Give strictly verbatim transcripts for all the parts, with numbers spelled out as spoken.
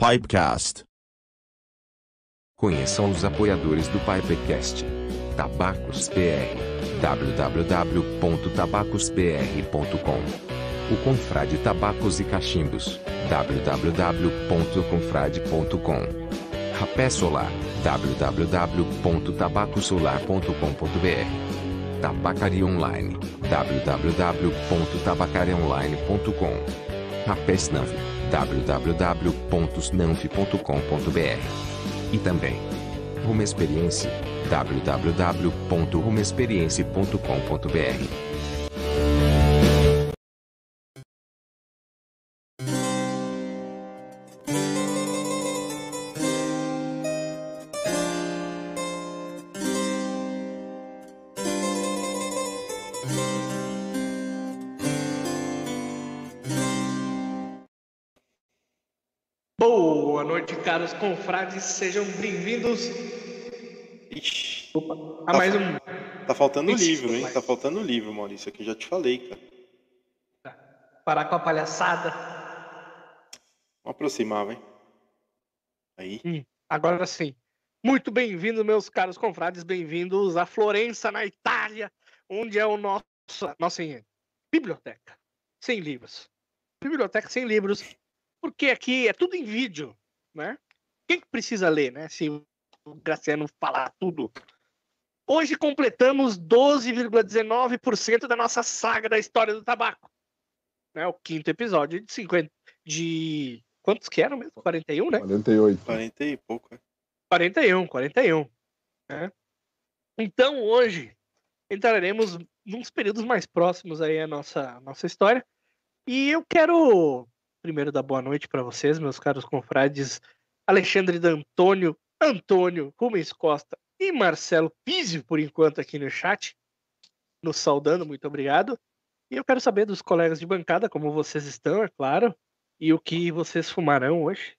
Pipecast. Conheçam os apoiadores do Pipecast. Tabacos P R. w w w ponto tabacos p r ponto com. O Confrade Tabacos e Cachimbos. w w w ponto confrade ponto com. Rapé Solar. w w w ponto tabacosolar ponto com ponto b r. Tabacaria Online. w w w ponto tabacaria online ponto com. Rapé Snanf. w w w ponto snanf ponto com ponto b r. E também Rumo Experience. w w w ponto rumo experience ponto com ponto b r. Boa noite, caros confrades, sejam bem-vindos Ixi, Opa, a tá, mais um. tá faltando Ixi, livro, hein? mas- Tá faltando livro, Maurício. Aqui já te falei, cara. Parar com a palhaçada. Vamos aproximar, vai. Aí. Hum, agora sim. Muito bem-vindos, meus caros confrades, bem-vindos a Florença, na Itália, onde é o nosso, nossa biblioteca sem livros. Biblioteca sem livros, porque aqui é tudo em vídeo, né? Quem que precisa ler, né? Se o Graciano falar tudo. Hoje completamos doze vírgula dezenove por cento da nossa saga da história do tabaco. Né? O quinto episódio de cinquenta. De. Quantos que eram mesmo? quarenta e um, né? quarenta e oito. quarenta e pouco, é. quarenta e um, quarenta e um. Né? Então hoje entraremos nos períodos mais próximos aí à nossa, nossa história. E eu quero primeiro dar boa noite para vocês, meus caros confrades Alexandre D'Antônio, Antônio Rubens Costa e Marcelo Pizio, por enquanto aqui no chat, nos saudando, muito obrigado. E eu quero saber dos colegas de bancada como vocês estão, é claro, e o que vocês fumarão hoje.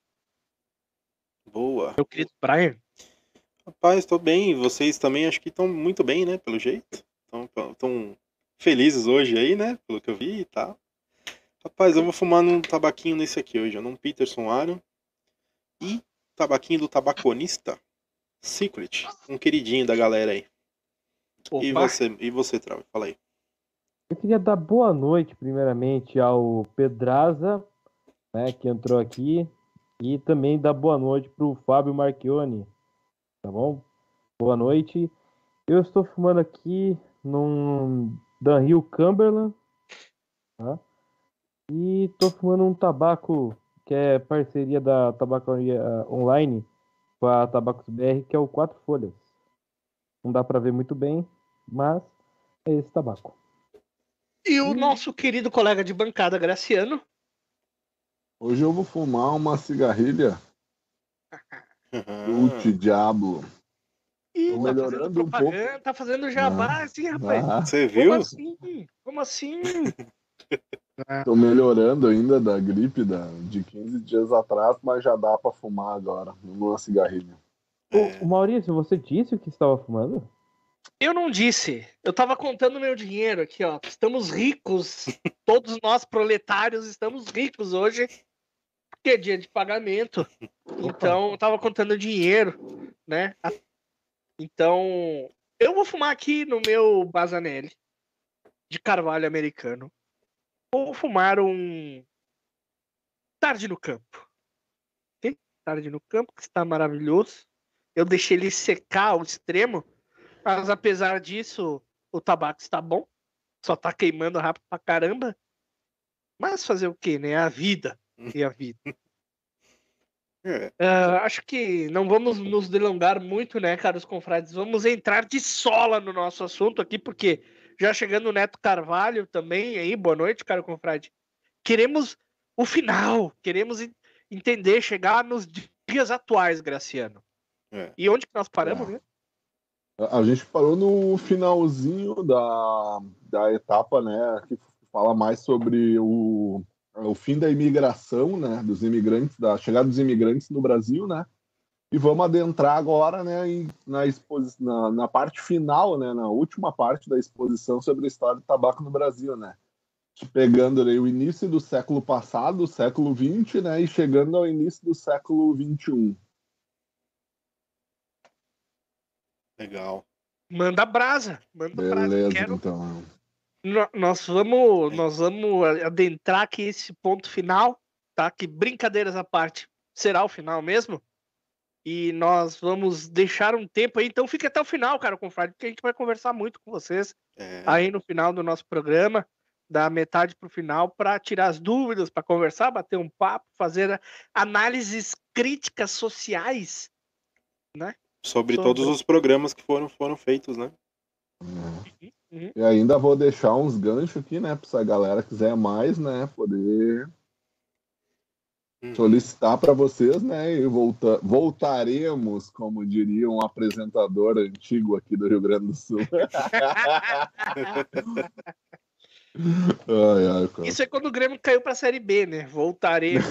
Boa. Meu querido Brian. Rapaz, tô bem. E vocês também acho que estão muito bem, né? Pelo jeito. Estão felizes hoje aí, né? Pelo que eu vi e tal. Rapaz, eu vou fumar num tabaquinho nesse aqui hoje. Num Peterson Aro. E tabaquinho do tabaconista Secret. Um queridinho da galera aí. E Opa. você, e você, Trau? Fala aí. Eu queria dar boa noite, primeiramente, ao Pedraza, né, que entrou aqui, e também dar boa noite para o Fábio Marchione, tá bom? Boa noite. Eu estou fumando aqui num Dunhill Cumberland, tá? E estou fumando um tabaco que é parceria da Tabacaria Online com a Tabacos B R, que é o Quatro Folhas. Não dá para ver muito bem, mas é esse tabaco. E o nosso querido colega de bancada, Graciano. Hoje eu vou fumar uma cigarrilha Dulce Diablo. Ih, Tô tá melhorando fazendo um propaganda, tá fazendo jabá, Ah, assim, rapaz. Ah, Você Como viu? assim? Como assim? tô melhorando ainda da gripe da, de quinze dias atrás, mas já dá pra fumar agora, numa cigarrilha. Ô, Maurício, você disse o que estava fumando? Eu não disse. Eu tava contando meu dinheiro aqui, ó. Estamos ricos. Todos nós proletários estamos ricos hoje. Porque é dia de pagamento. Então, eu tava contando dinheiro, né? Então, eu vou fumar aqui no meu Bazanelli de carvalho americano. Vou fumar um Tarde no Campo. Ok? Tarde no Campo, que está maravilhoso. Eu deixei ele secar ao extremo. Mas apesar disso, o tabaco está bom. Só tá queimando rápido pra caramba. Mas fazer o quê, né? A vida. E a vida. É. Ah, acho que não vamos nos delongar muito, né, caros confrades? Vamos entrar de sola no nosso assunto aqui, porque já chegando o Neto Carvalho também, aí, boa noite, caro confrade. Queremos o final, queremos en- entender, chegar nos dias atuais, Graciano. É. E onde que nós paramos, É. né? A a gente parou no finalzinho da, da etapa, né, que fala mais sobre o, o fim da imigração, né, dos imigrantes, da chegada dos imigrantes no Brasil, né, e vamos adentrar agora, né, em- na, exposi- na, na parte final, né, na última parte da exposição sobre a história do tabaco no Brasil, né. pegando aí o início do século passado, o século vinte, né, e chegando ao início do século vinte e um. Legal. Manda brasa, manda brasa. Beleza, Quero... então. No- Nós vamos, nós vamos adentrar aqui esse ponto final, tá? Que brincadeiras à parte, será o final mesmo? E nós vamos deixar um tempo aí, então fique até o final, cara, confrade, porque a gente vai conversar muito com vocês É, aí no final do nosso programa, da metade pro final, para tirar as dúvidas, para conversar, bater um papo, fazer análises críticas sociais, né? sobre sobre- todos os programas que foram, foram feitos, né? Uhum. E ainda vou deixar uns ganchos aqui, né, pra se a galera quiser mais, né, poder Uhum. solicitar para vocês, né, e volta, voltaremos, como diria um apresentador antigo aqui do Rio Grande do Sul. Ai, ai, cara. Isso é quando o Grêmio caiu pra Série B, né? Voltaremos.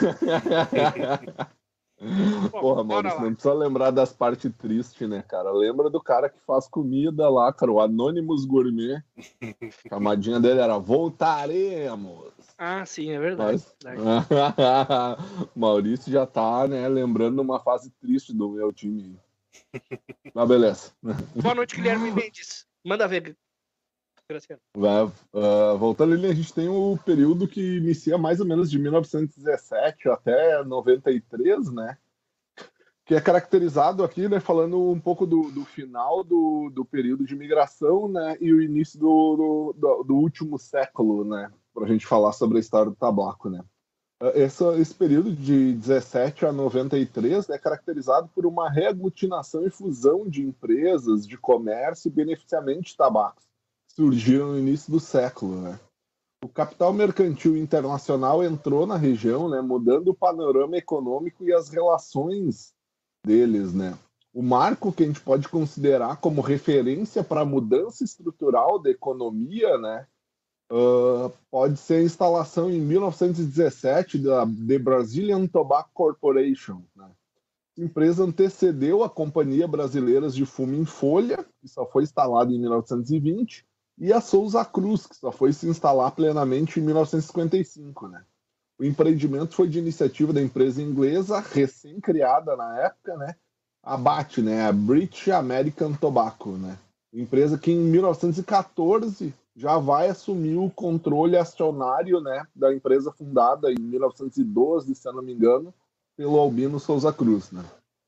Porra, Bora Maurício, lá. não precisa lembrar das partes tristes, né, cara? Lembra do cara que faz comida lá, cara, o Anonymous Gourmet. A chamadinha dele era voltaremos. Ah, sim, é verdade. Mas... verdade. Maurício já tá, né, lembrando uma fase triste do meu time. Mas beleza. Boa noite, Guilherme Mendes. Manda ver, Graciano. Vai, uh, voltando ali, a gente tem o período que inicia mais ou menos de mil novecentos e dezessete até noventa e três, né? Que é caracterizado aqui, né, falando um pouco do, do final do, do período de migração, né, e o início do, do, do último século, né, para a gente falar sobre a história do tabaco, né. Esse, esse período de dezessete a noventa e três é caracterizado por uma reaglutinação e fusão de empresas de comércio e beneficiamento de tabacos que surgiram no início do século, né. O capital mercantil internacional entrou na região, né, mudando o panorama econômico e as relações deles, né? O marco que a gente pode considerar como referência para a mudança estrutural da economia, né, uh, pode ser a instalação em mil novecentos e dezessete da The Brazilian Tobacco Corporation, né? A empresa antecedeu a Companhia Brasileira de Fumo em Folha, que só foi instalada em mil novecentos e vinte, e a Souza Cruz, que só foi se instalar plenamente em mil novecentos e cinquenta e cinco, né? O empreendimento foi de iniciativa da empresa inglesa, recém-criada na época, né? A B A T, né? A British American Tobacco, né? Empresa que em mil novecentos e quatorze já vai assumir o controle acionário, né, da empresa fundada em mil novecentos e doze, se eu não me engano, pelo Albino Souza Cruz, né?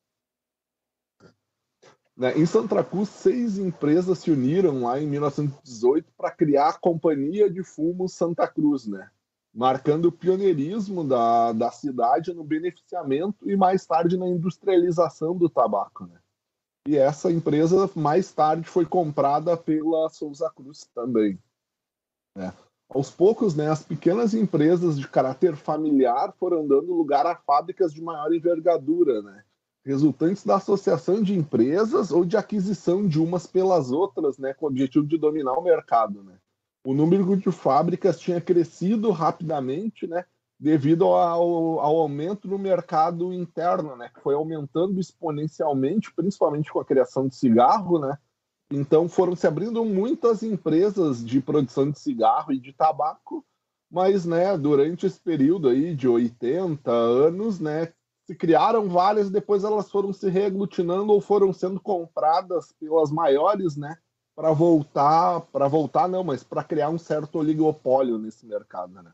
Né, em Santa Cruz, seis empresas se uniram lá em mil novecentos e dezoito para criar a Companhia de Fumo Santa Cruz, né? Marcando o pioneirismo da, da cidade no beneficiamento e mais tarde na industrialização do tabaco, né? E essa empresa mais tarde foi comprada pela Souza Cruz também, né? Aos poucos, né, as pequenas empresas de caráter familiar foram dando lugar a fábricas de maior envergadura, né? Resultantes da associação de empresas ou de aquisição de umas pelas outras, né, com o objetivo de dominar o mercado, né? O número de fábricas tinha crescido rapidamente, né, devido ao, ao aumento no mercado interno, né, que foi aumentando exponencialmente, principalmente com a criação de cigarro, né. Então foram se abrindo muitas empresas de produção de cigarro e de tabaco, mas, né, durante esse período aí de oitenta anos, né, se criaram várias, depois elas foram se reaglutinando ou foram sendo compradas pelas maiores, né, para voltar, para voltar não, mas para criar um certo oligopólio nesse mercado, né?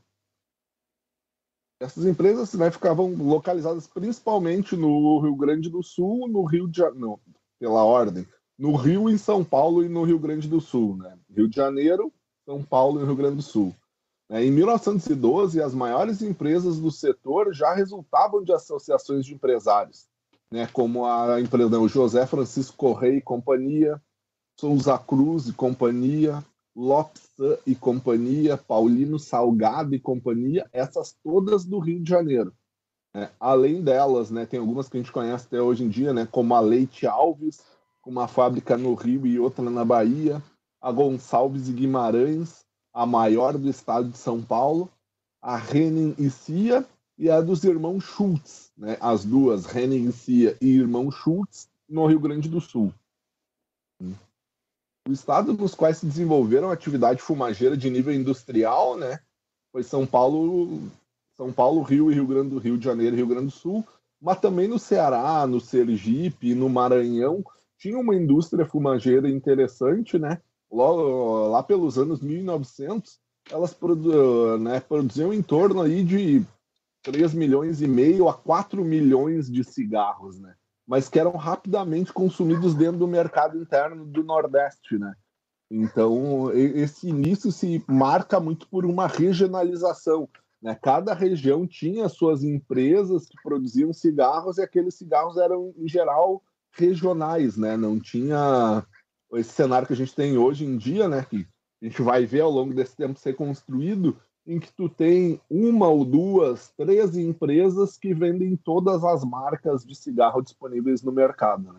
Essas empresas, né, ficavam localizadas principalmente no Rio Grande do Sul, no Rio de Janeiro, pela ordem, no Rio, em São Paulo e no Rio Grande do Sul, né? Rio de Janeiro, São Paulo e Rio Grande do Sul. Em mil novecentos e doze, as maiores empresas do setor já resultavam de associações de empresários, né, como a empresa o José Francisco Correia e Companhia, Souza Cruz e Companhia, Lopsan e Companhia, Paulino Salgado e Companhia, essas todas do Rio de Janeiro. É, além delas, né, tem algumas que a gente conhece até hoje em dia, né, como a Leite Alves, com uma fábrica no Rio e outra na Bahia, a Gonçalves e Guimarães, a maior do estado de São Paulo, a Henning e Cia e a dos irmãos Schultz, né, as duas, Henning e Cia e irmão Schultz, no Rio Grande do Sul. O estado nos quais se desenvolveram atividade fumageira de nível industrial, né, foi São Paulo, São Paulo, Rio e Rio Grande do Rio de Janeiro, Rio Grande do Sul, mas também no Ceará, no Sergipe, no Maranhão, tinha uma indústria fumageira interessante, né? Lá, lá pelos anos mil e novecentos, elas produ né, produziam em torno aí de três milhões e meio a quatro milhões de cigarros, né? Mas que eram rapidamente consumidos dentro do mercado interno do Nordeste, né? Então, esse início se marca muito por uma regionalização, né? Cada região tinha suas empresas que produziam cigarros e aqueles cigarros eram, em geral, regionais, né? Não tinha esse cenário que a gente tem hoje em dia, né? Que a gente vai ver ao longo desse tempo ser construído, em que tu tem uma ou duas, três empresas que vendem todas as marcas de cigarro disponíveis no mercado,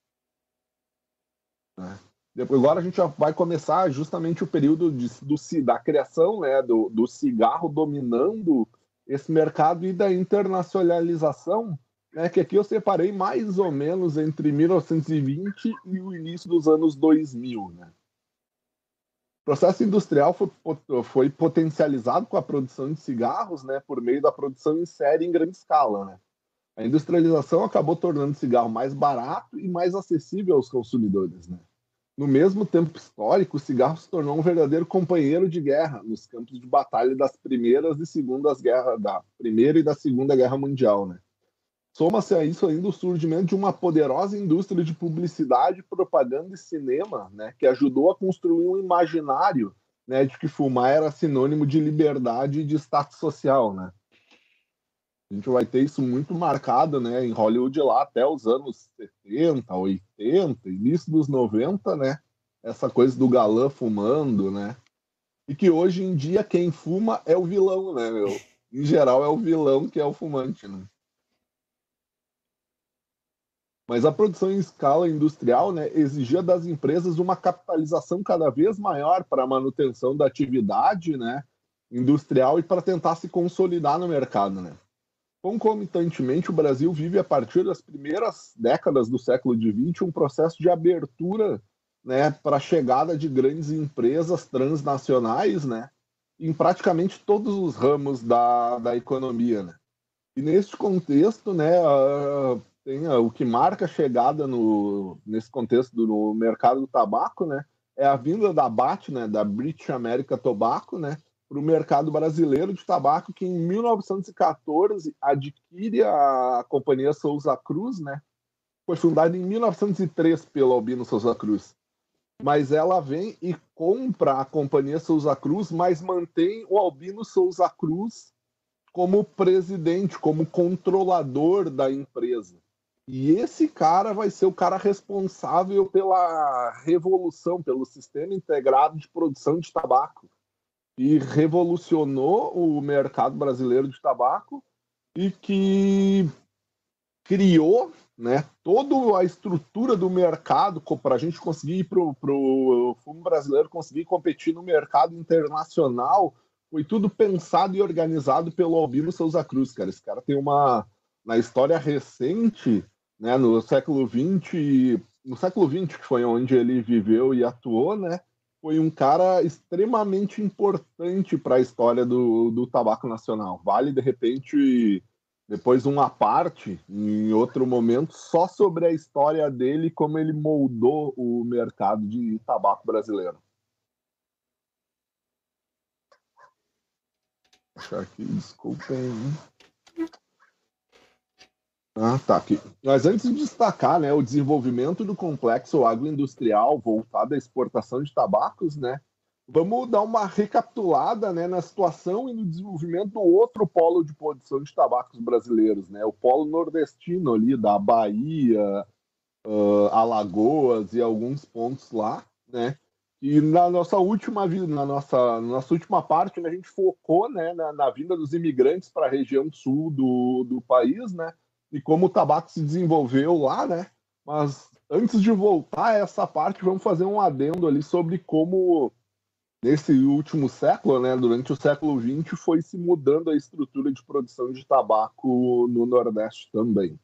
né? Agora a gente já vai começar justamente o período de, do, da criação, né, do, do cigarro dominando esse mercado e da internacionalização, né, que aqui eu separei mais ou menos entre mil novecentos e vinte e o início dos anos dois mil, né? O processo industrial foi, foi potencializado com a produção de cigarros, né, por meio da produção em série em grande escala, né? A industrialização acabou tornando o cigarro mais barato e mais acessível aos consumidores, né? No mesmo tempo histórico, o cigarro se tornou um verdadeiro companheiro de guerra nos campos de batalha das primeiras e segundas guerras, da Primeira e da Segunda Guerra Mundial, né? Soma-se a isso ainda o surgimento de uma poderosa indústria de publicidade, propaganda e cinema, né, que ajudou a construir um imaginário, né, de que fumar era sinônimo de liberdade e de status social, né? A gente vai ter isso muito marcado, né, em Hollywood lá até os anos setenta, oitenta, início dos noventa, né? Essa coisa do galã fumando, né? E que hoje em dia quem fuma é o vilão, né, meu? Em geral é o vilão que é o fumante, né? Mas a produção em escala industrial, né, exigia das empresas uma capitalização cada vez maior para a manutenção da atividade, né, industrial e para tentar se consolidar no mercado, né? Concomitantemente, o Brasil vive, a partir das primeiras décadas do século vinte, um processo de abertura, né, para a chegada de grandes empresas transnacionais, né, em praticamente todos os ramos da, da economia, né? E neste contexto, né, uh, tem, uh, o que marca a chegada no, nesse contexto do no mercado do tabaco, né, é a vinda da B A T, né, da British American Tobacco, né, para o mercado brasileiro de tabaco, que em mil novecentos e quatorze adquire a companhia Souza Cruz, né? Foi fundada em mil novecentos e três pelo Albino Souza Cruz. Mas ela vem e compra a companhia Souza Cruz, mas mantém o Albino Souza Cruz como presidente, como controlador da empresa. E esse cara vai ser o cara responsável pela revolução, pelo sistema integrado de produção de tabaco, e revolucionou o mercado brasileiro de tabaco e que criou, né, toda a estrutura do mercado para a gente conseguir ir para o fumo brasileiro conseguir competir no mercado internacional. Foi tudo pensado e organizado pelo Albino Souza Cruz, cara. Esse cara tem uma, na história recente, né, no século vinte, no século vinte, que foi onde ele viveu e atuou, né, foi um cara extremamente importante para a história do, do tabaco nacional. Vale, de repente, depois uma parte, em outro momento, só sobre a história dele, como ele moldou o mercado de tabaco brasileiro. Vou achar aqui, desculpem. Ah, tá aqui. Mas antes de destacar, né, o desenvolvimento do complexo agroindustrial voltado à exportação de tabacos, né, vamos dar uma recapitulada, né, na situação e no desenvolvimento do outro polo de produção de tabacos brasileiros, né, o polo nordestino ali da Bahia, uh, Alagoas e alguns pontos lá, né. E na nossa última na nossa, na nossa última parte, né, a gente focou, né, na, na vinda dos imigrantes para a região sul do, do país, né, e como o tabaco se desenvolveu lá, né? Mas antes de voltar a essa parte, vamos fazer um adendo ali sobre como nesse último século, né, durante o século vinte, foi se mudando a estrutura de produção de tabaco no Nordeste também.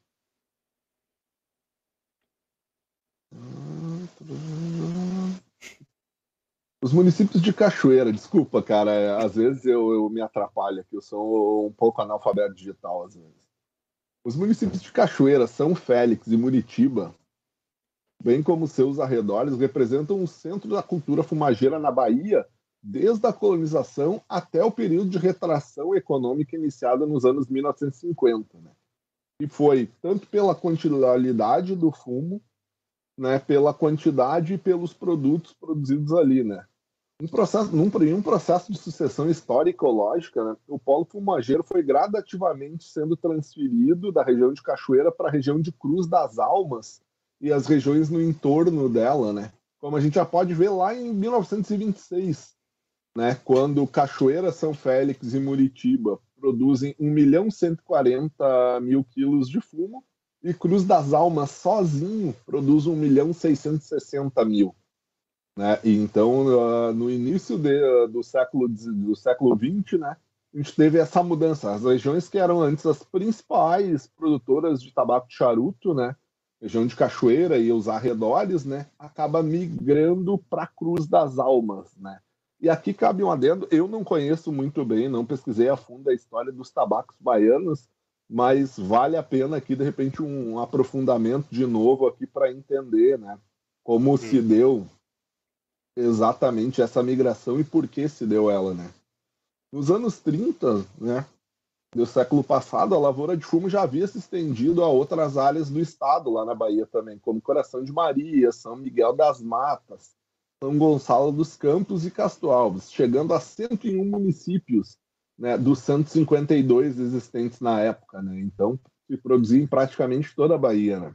Os municípios de Cachoeira, desculpa, cara, é, às vezes eu, eu me atrapalho aqui, eu sou um pouco analfabeto digital, às vezes. Os municípios de Cachoeira, São Félix e Muritiba, bem como seus arredores, representam o centro da cultura fumageira na Bahia, desde a colonização até o período de retração econômica iniciada nos anos mil novecentos e cinquenta, né? E foi tanto pela quantidade do fumo, né, pela quantidade e pelos produtos produzidos ali, né? Um processo, num, em um processo de sucessão histórico-lógica, né, o polo fumageiro foi gradativamente sendo transferido da região de Cachoeira para a região de Cruz das Almas e as regiões no entorno dela, né? Como a gente já pode ver lá em mil novecentos e vinte e seis, né, quando Cachoeira, São Félix e Muritiba produzem um milhão cento e quarenta mil quilos de fumo e Cruz das Almas sozinho produz um milhão seiscentos e sessenta mil. Né? E então, uh, no início de, do século do século vinte, né, a gente teve essa mudança. As regiões que eram antes as principais produtoras de tabaco de charuto, né, região de Cachoeira e os arredores, né, acaba migrando para Cruz das Almas, né? E aqui cabe um adendo, eu não conheço muito bem, não pesquisei a fundo a história dos tabacos baianos, mas vale a pena aqui, de repente, um aprofundamento de novo aqui para entender, né, como hum. se deu exatamente essa migração e por que se deu ela, né? Nos anos trinta, né, do século passado, a lavoura de fumo já havia se estendido a outras áreas do estado, lá na Bahia também, como Coração de Maria, São Miguel das Matas, São Gonçalo dos Campos e Castro Alves, chegando a cento e um municípios, né, dos cento e cinquenta e dois existentes na época, né? Então, se produzia em praticamente toda a Bahia, né?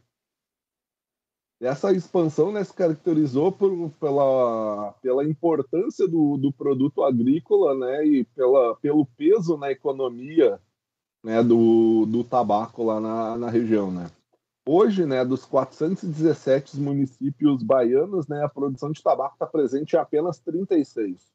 Essa expansão, né, se caracterizou por, pela, pela importância do, do produto agrícola, né, e pela, pelo peso na economia, né, do, do tabaco lá na, na região, né. Hoje, né, dos quatrocentos e dezessete municípios baianos, né, a produção de tabaco está presente em apenas trinta e seis.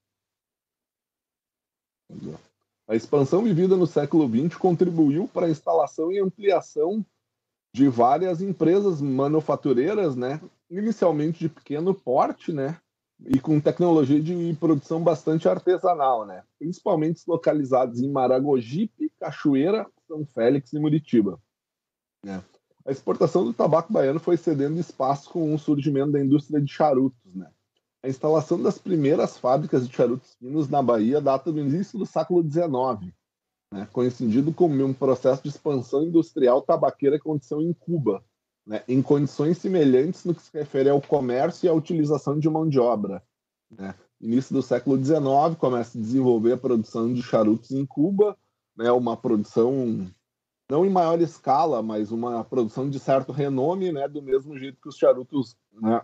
A expansão vivida no século vinte contribuiu para a instalação e ampliação de várias empresas manufatureiras, né, inicialmente de pequeno porte, né, e com tecnologia de produção bastante artesanal, né, principalmente localizados em Maragogipe, Cachoeira, São Félix e Muritiba, né. A exportação do tabaco baiano foi cedendo espaço com o surgimento da indústria de charutos, né. A instalação das primeiras fábricas de charutos finos na Bahia data do início do século dezenove, né, coincidido com um processo de expansão industrial tabaqueira que aconteceu em Cuba, né, em condições semelhantes no que se refere ao comércio e à utilização de mão de obra, né. Início do século dezenove, começa a desenvolver a produção de charutos em Cuba, né, uma produção não em maior escala, mas uma produção de certo renome, né, do mesmo jeito que os charutos, né,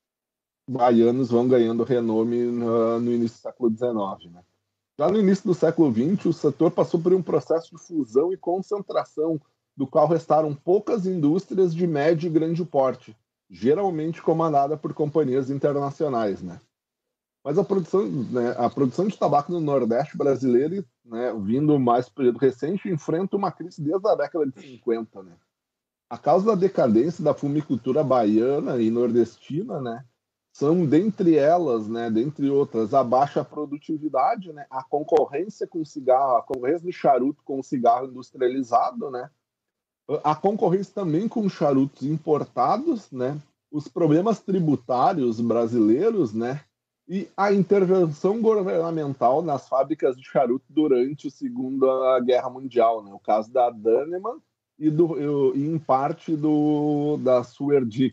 baianos vão ganhando renome no, no início do século dezenove, né. Já no início do século vinte, o setor passou por um processo de fusão e concentração, do qual restaram poucas indústrias de médio e grande porte, geralmente comandada por companhias internacionais, né. Mas a produção, né, a produção de tabaco no Nordeste brasileiro, né, vindo mais para o período recente, enfrenta uma crise desde a década de cinquenta, né. A causa da decadência da fumicultura baiana e nordestina, né, são, dentre elas, né, dentre outras, a baixa produtividade, né, a concorrência com cigarro, a concorrência do charuto com o cigarro industrializado, né, a concorrência também com charutos importados, né, os problemas tributários brasileiros, né, e a intervenção governamental nas fábricas de charuto durante a Segunda Guerra Mundial, né, o caso da Dannemann e, do, e em parte do, da Suerdick.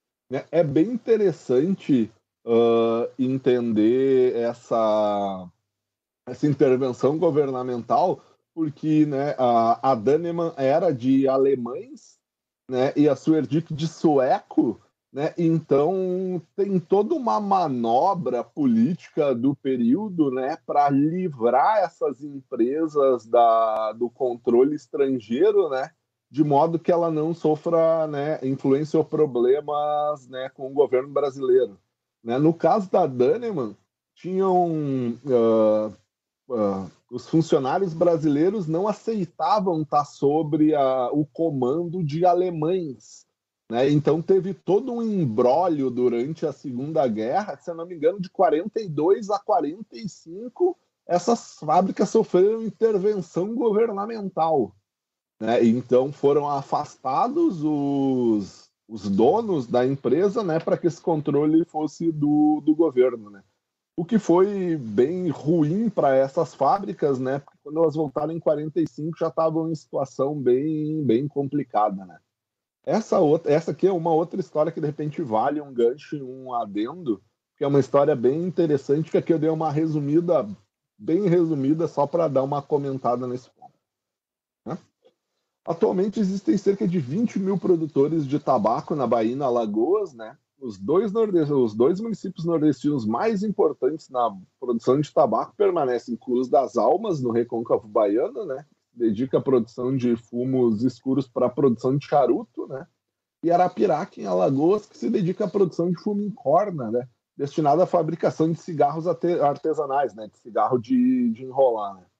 É bem interessante uh, entender essa, essa intervenção governamental, porque, né, a, a Dannemann era de alemães, né, e a Suerdick de sueco, né, então tem toda uma manobra política do período, né, para livrar essas empresas da, do controle estrangeiro, né, de modo que ela não sofra, né, influência ou problemas, né, com o governo brasileiro, né. No caso da Dannemann, tinham uh, uh, os funcionários brasileiros não aceitavam estar sobre a, o comando de alemães, né? Então teve todo um imbróglio durante a Segunda Guerra, se eu não me engano, de quarenta e dois a quarenta e cinco, essas fábricas sofreram intervenção governamental, né? Então foram afastados os, os donos da empresa, né, para que esse controle fosse do, do governo, né? O que foi bem ruim para essas fábricas, né? Porque quando elas voltaram em quarenta e cinco já estavam em situação bem, bem complicada, né? Essa, outra, essa aqui é uma outra história que de repente vale um gancho e um adendo, que é uma história bem interessante, que aqui eu dei uma resumida, bem resumida, só para dar uma comentada nesse ponto, né? Atualmente existem cerca de vinte mil produtores de tabaco na Bahia e na Alagoas, né? Os dois, nordest... Os dois municípios nordestinos mais importantes na produção de tabaco permanecem Cruz das Almas, no Recôncavo Baiano, né? Dedica à produção de fumos escuros para a produção de charuto, né? E Arapiraca, em Alagoas, que se dedica à produção de fumo em corna, né? Destinado à fabricação de cigarros artesanais, né? De cigarro de, de enrolar, né?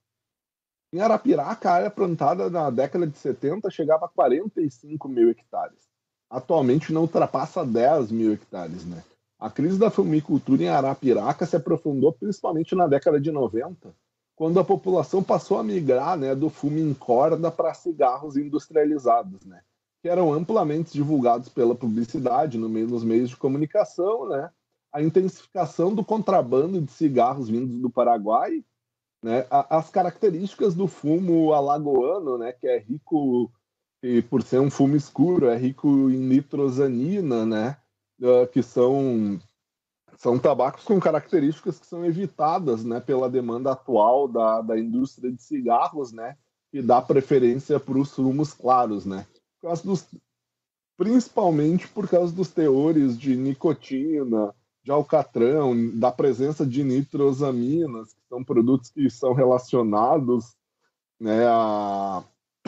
Em Arapiraca, a área plantada na década de setenta chegava a quarenta e cinco mil hectares. Atualmente não ultrapassa dez mil hectares, né? A crise da fumicultura em Arapiraca se aprofundou principalmente na década de noventa, quando a população passou a migrar, né, do fumo em corda para cigarros industrializados, né, que eram amplamente divulgados pela publicidade no meio, nos meios de comunicação, né, a intensificação do contrabando de cigarros vindos do Paraguai, né, as características do fumo alagoano, né, que é rico, e por ser um fumo escuro, é rico em nitrosamina, né, que são, são tabacos com características que são evitadas, né, pela demanda atual da, da indústria de cigarros, né, que dá preferência para os fumos claros, né, por causa dos, principalmente por causa dos teores de nicotina, de alcatrão, da presença de nitrosaminas, que são produtos que são relacionados, né, a,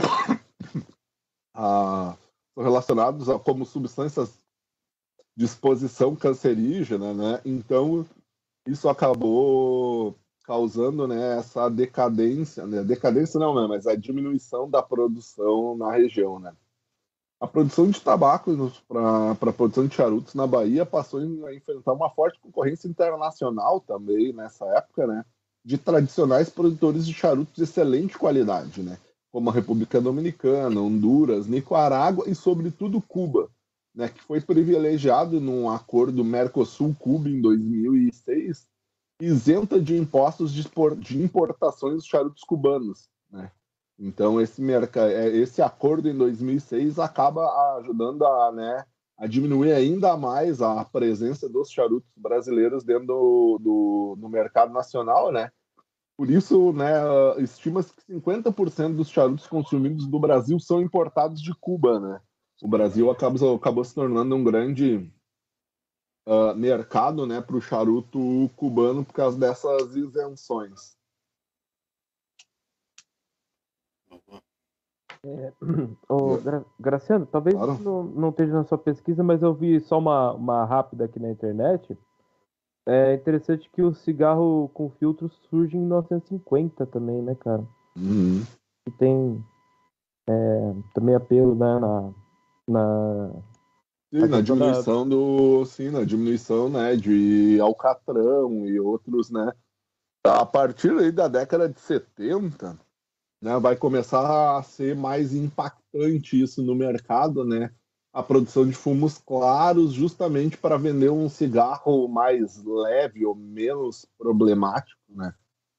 a, são relacionados a, como substâncias de exposição cancerígena, né? Então isso acabou causando, né, essa decadência, né? Decadência não, né, mas a diminuição da produção na região, né? A produção de tabaco para a produção de charutos na Bahia passou a enfrentar uma forte concorrência internacional também nessa época, né? De tradicionais produtores de charutos de excelente qualidade, né? Como a República Dominicana, Honduras, Nicarágua e, sobretudo, Cuba, né? Que foi privilegiado num acordo Mercosul-Cuba em dois mil e seis, isenta de impostos de importações de charutos cubanos, né? Então, esse, esse acordo em dois mil e seis acaba ajudando a, né, a diminuir ainda mais a presença dos charutos brasileiros dentro do, do, do mercado nacional, né? Por isso, né, estima-se que cinquenta por cento dos charutos consumidos do Brasil são importados de Cuba, né? O Brasil acabou, acabou se tornando um grande uh, mercado, né, para o charuto cubano por causa dessas isenções. É, ô, Gra Graciano, talvez Claro. não, não esteja na sua pesquisa, mas eu vi só uma, uma rápida aqui na internet. É interessante que o cigarro com filtro surge em mil novecentos e cinquenta também, né, cara? Uhum. E tem é, também apelo, né, na... na... Sim, na diminuição do, sim, na diminuição, né, de alcatrão e outros, né, a partir aí da década de setenta, né, vai começar a ser mais impactante isso no mercado, né, a produção de fumos claros, justamente para vender um cigarro mais leve ou menos problemático, né.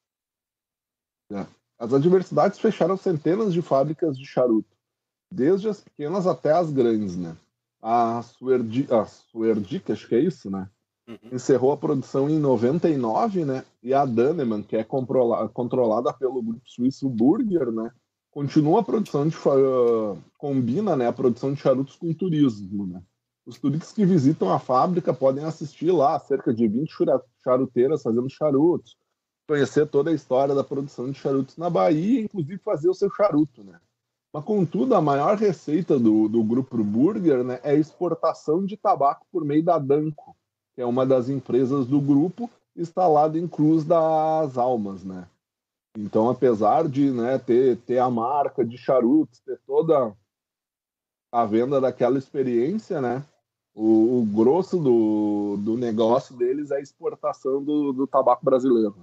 As adversidades fecharam centenas de fábricas de charuto, desde as pequenas até as grandes, né. A Suerdic, a Suerdic, acho que é isso, né? Uhum. Encerrou a produção em noventa e nove, né? E a Dannemann, que é controla, controlada pelo grupo suíço Burger, né? Continua a produção de uh, combina, né, a produção de charutos com turismo, né? Os turistas que visitam a fábrica podem assistir lá cerca de vinte charuteiras fazendo charutos, conhecer toda a história da produção de charutos na Bahia, inclusive fazer o seu charuto, né? Mas, contudo, a maior receita do, do grupo Burger, né, é a exportação de tabaco por meio da Danco, que é uma das empresas do grupo, instalada em Cruz das Almas, né? Então, apesar de, né, ter, ter a marca de charutos, ter toda a venda daquela experiência, né? O, o grosso do, do negócio deles é a exportação do, do tabaco brasileiro.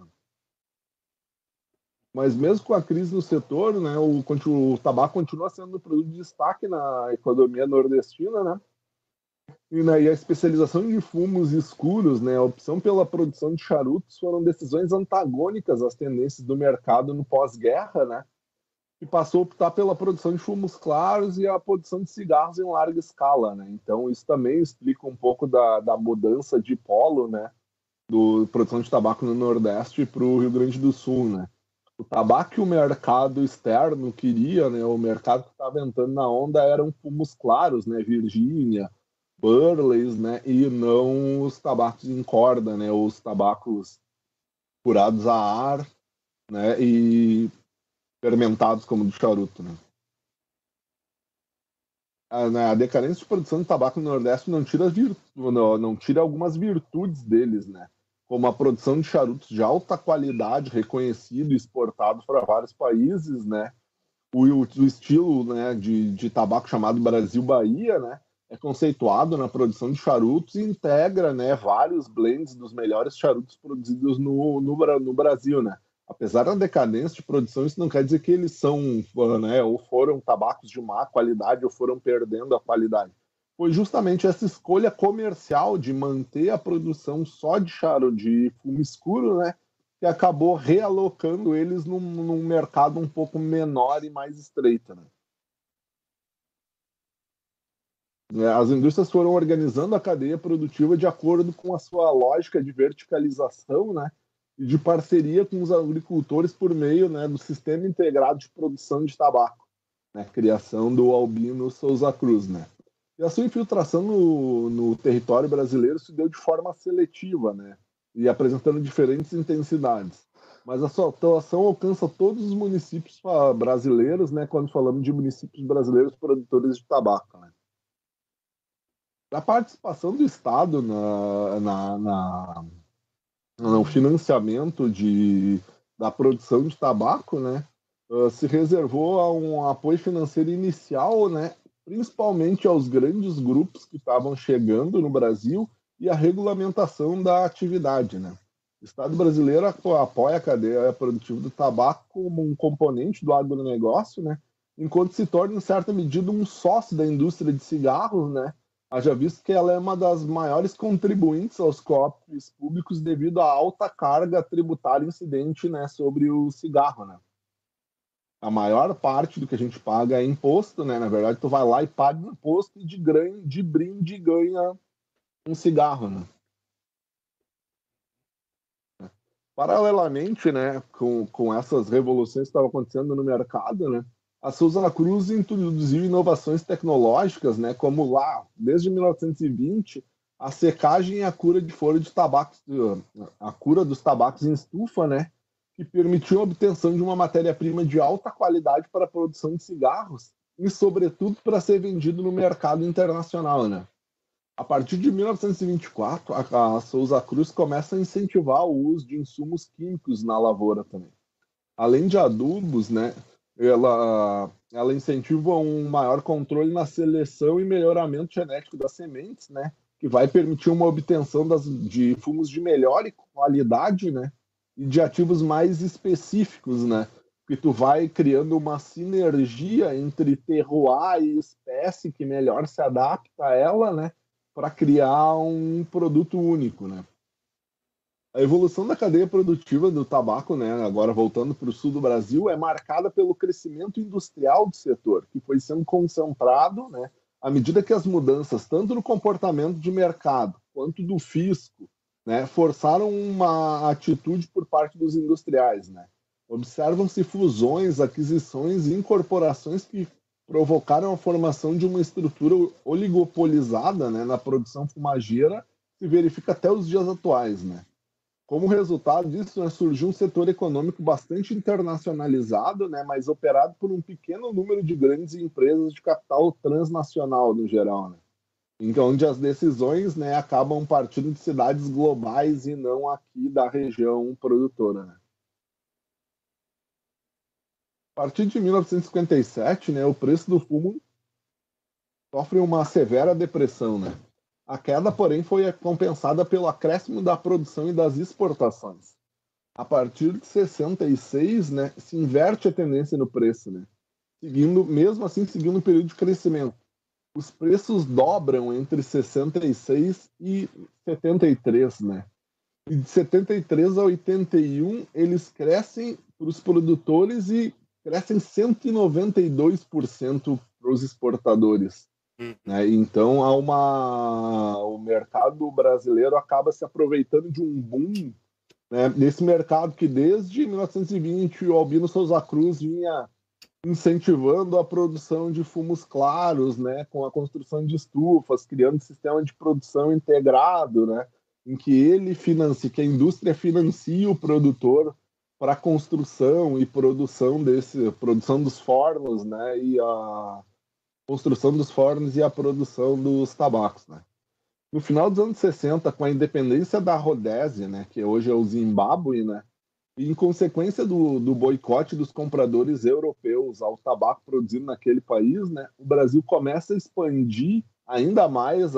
Mas mesmo com a crise no setor, né, o, o tabaco continua sendo um produto de destaque na economia nordestina, né? E, né, e a especialização de fumos escuros, né, a opção pela produção de charutos foram decisões antagônicas às tendências do mercado no pós-guerra, né? Que passou a optar pela produção de fumos claros e a produção de cigarros em larga escala, né? Então isso também explica um pouco da, da mudança de polo, né? Do produção de tabaco no Nordeste para o Rio Grande do Sul, né? O tabaco que o mercado externo queria, né? O mercado que estava entrando na onda eram fumos claros, né? Virgínia, Burleys, né? E não os tabacos em corda, né? Os tabacos curados a ar, né? E fermentados como do charuto, né? A, a decadência de produção de tabaco no Nordeste não tira, virtu... não, não tira algumas virtudes deles, né? Como a produção de charutos de alta qualidade, reconhecido e exportado para vários países, né? O, o, o estilo, né, de, de tabaco chamado Brasil-Bahia, né? É conceituado na produção de charutos e integra, né, vários blends dos melhores charutos produzidos no, no, no Brasil, né? Apesar da decadência de produção, isso não quer dizer que eles são, né, ou foram tabacos de má qualidade ou foram perdendo a qualidade. Foi justamente essa escolha comercial de manter a produção só de charuto, de fumo escuro, né, que acabou realocando eles num, num mercado um pouco menor e mais estreito, né? As indústrias foram organizando a cadeia produtiva de acordo com a sua lógica de verticalização, né, e de parceria com os agricultores por meio, né, do Sistema Integrado de Produção de Tabaco, né, criação do Albino Souza Cruz, né. E a sua infiltração no, no território brasileiro se deu de forma seletiva, né, e apresentando diferentes intensidades. Mas a sua atuação alcança todos os municípios brasileiros, né, quando falamos de municípios brasileiros produtores de tabaco, né. A participação do Estado na, na, na, no financiamento de, da produção de tabaco, né, uh, se reservou a um apoio financeiro inicial, né, principalmente aos grandes grupos que estavam chegando no Brasil e a regulamentação da atividade, né. O Estado brasileiro apoia a cadeia produtiva do tabaco como um componente do agronegócio, né, enquanto se torna, em certa medida, um sócio da indústria de cigarros, né, haja visto que ela é uma das maiores contribuintes aos cofres públicos devido à alta carga tributária incidente, né, sobre o cigarro, né. A maior parte do que a gente paga é imposto, né? Na verdade, tu vai lá e paga imposto e de, ganha, de brinde ganha um cigarro, né. Paralelamente, né, com, com essas revoluções que estavam acontecendo no mercado, né, a Souza Cruz introduziu inovações tecnológicas, né, como lá, desde mil novecentos e vinte, a secagem e a cura de folha de tabaco, a cura dos tabacos em estufa, né, que permitiu a obtenção de uma matéria-prima de alta qualidade para a produção de cigarros e, sobretudo, para ser vendido no mercado internacional, né. A partir de mil novecentos e vinte e quatro, a, a Souza Cruz começa a incentivar o uso de insumos químicos na lavoura também. Além de adubos, né, ela, ela incentiva um maior controle na seleção e melhoramento genético das sementes, né, que vai permitir uma obtenção das, de fumos de melhor qualidade, né, e de ativos mais específicos, né, que tu vai criando uma sinergia entre terroir e espécie que melhor se adapta a ela, né, para criar um produto único, né. A evolução da cadeia produtiva do tabaco, né, agora voltando para o sul do Brasil, é marcada pelo crescimento industrial do setor, que foi sendo concentrado, né, à medida que as mudanças, tanto no comportamento de mercado quanto do fisco, né, forçaram uma atitude por parte dos industriais, né. Observam-se fusões, aquisições e incorporações que provocaram a formação de uma estrutura oligopolizada, né, na produção fumageira, que verifica até os dias atuais, né. Como resultado disso, né, surgiu um setor econômico bastante internacionalizado, né, mas operado por um pequeno número de grandes empresas de capital transnacional, no geral, né, então, onde as decisões, né, acabam partindo de cidades globais e não aqui da região produtora, né. A partir de mil novecentos e cinquenta e sete, né, o preço do fumo sofrem uma severa depressão, né? A queda, porém, foi compensada pelo acréscimo da produção e das exportações. A partir de sessenta e seis, né, se inverte a tendência no preço, né? Seguindo, mesmo assim, seguindo um período de crescimento. Os preços dobram entre sessenta e seis e setenta e três, né? E de setenta e três a oitenta e um, eles crescem para os produtores e crescem cento e noventa e dois por cento para os exportadores. Hum. Né? Então, há uma... o mercado brasileiro acaba se aproveitando de um boom, né, nesse mercado que desde mil novecentos e vinte o Albino Souza Cruz vinha incentivando a produção de fumos claros, né, com a construção de estufas, criando um sistema de produção integrado, né, em que ele financia, que a indústria financia o produtor para a construção e produção desse, produção dos fornos, né, e a construção dos fornos e a produção dos tabacos, né. No final dos anos sessenta, com a independência da Rodésia, né, que hoje é o Zimbábue, né, e em consequência do, do boicote dos compradores europeus ao tabaco produzido naquele país, né, o Brasil começa a expandir ainda mais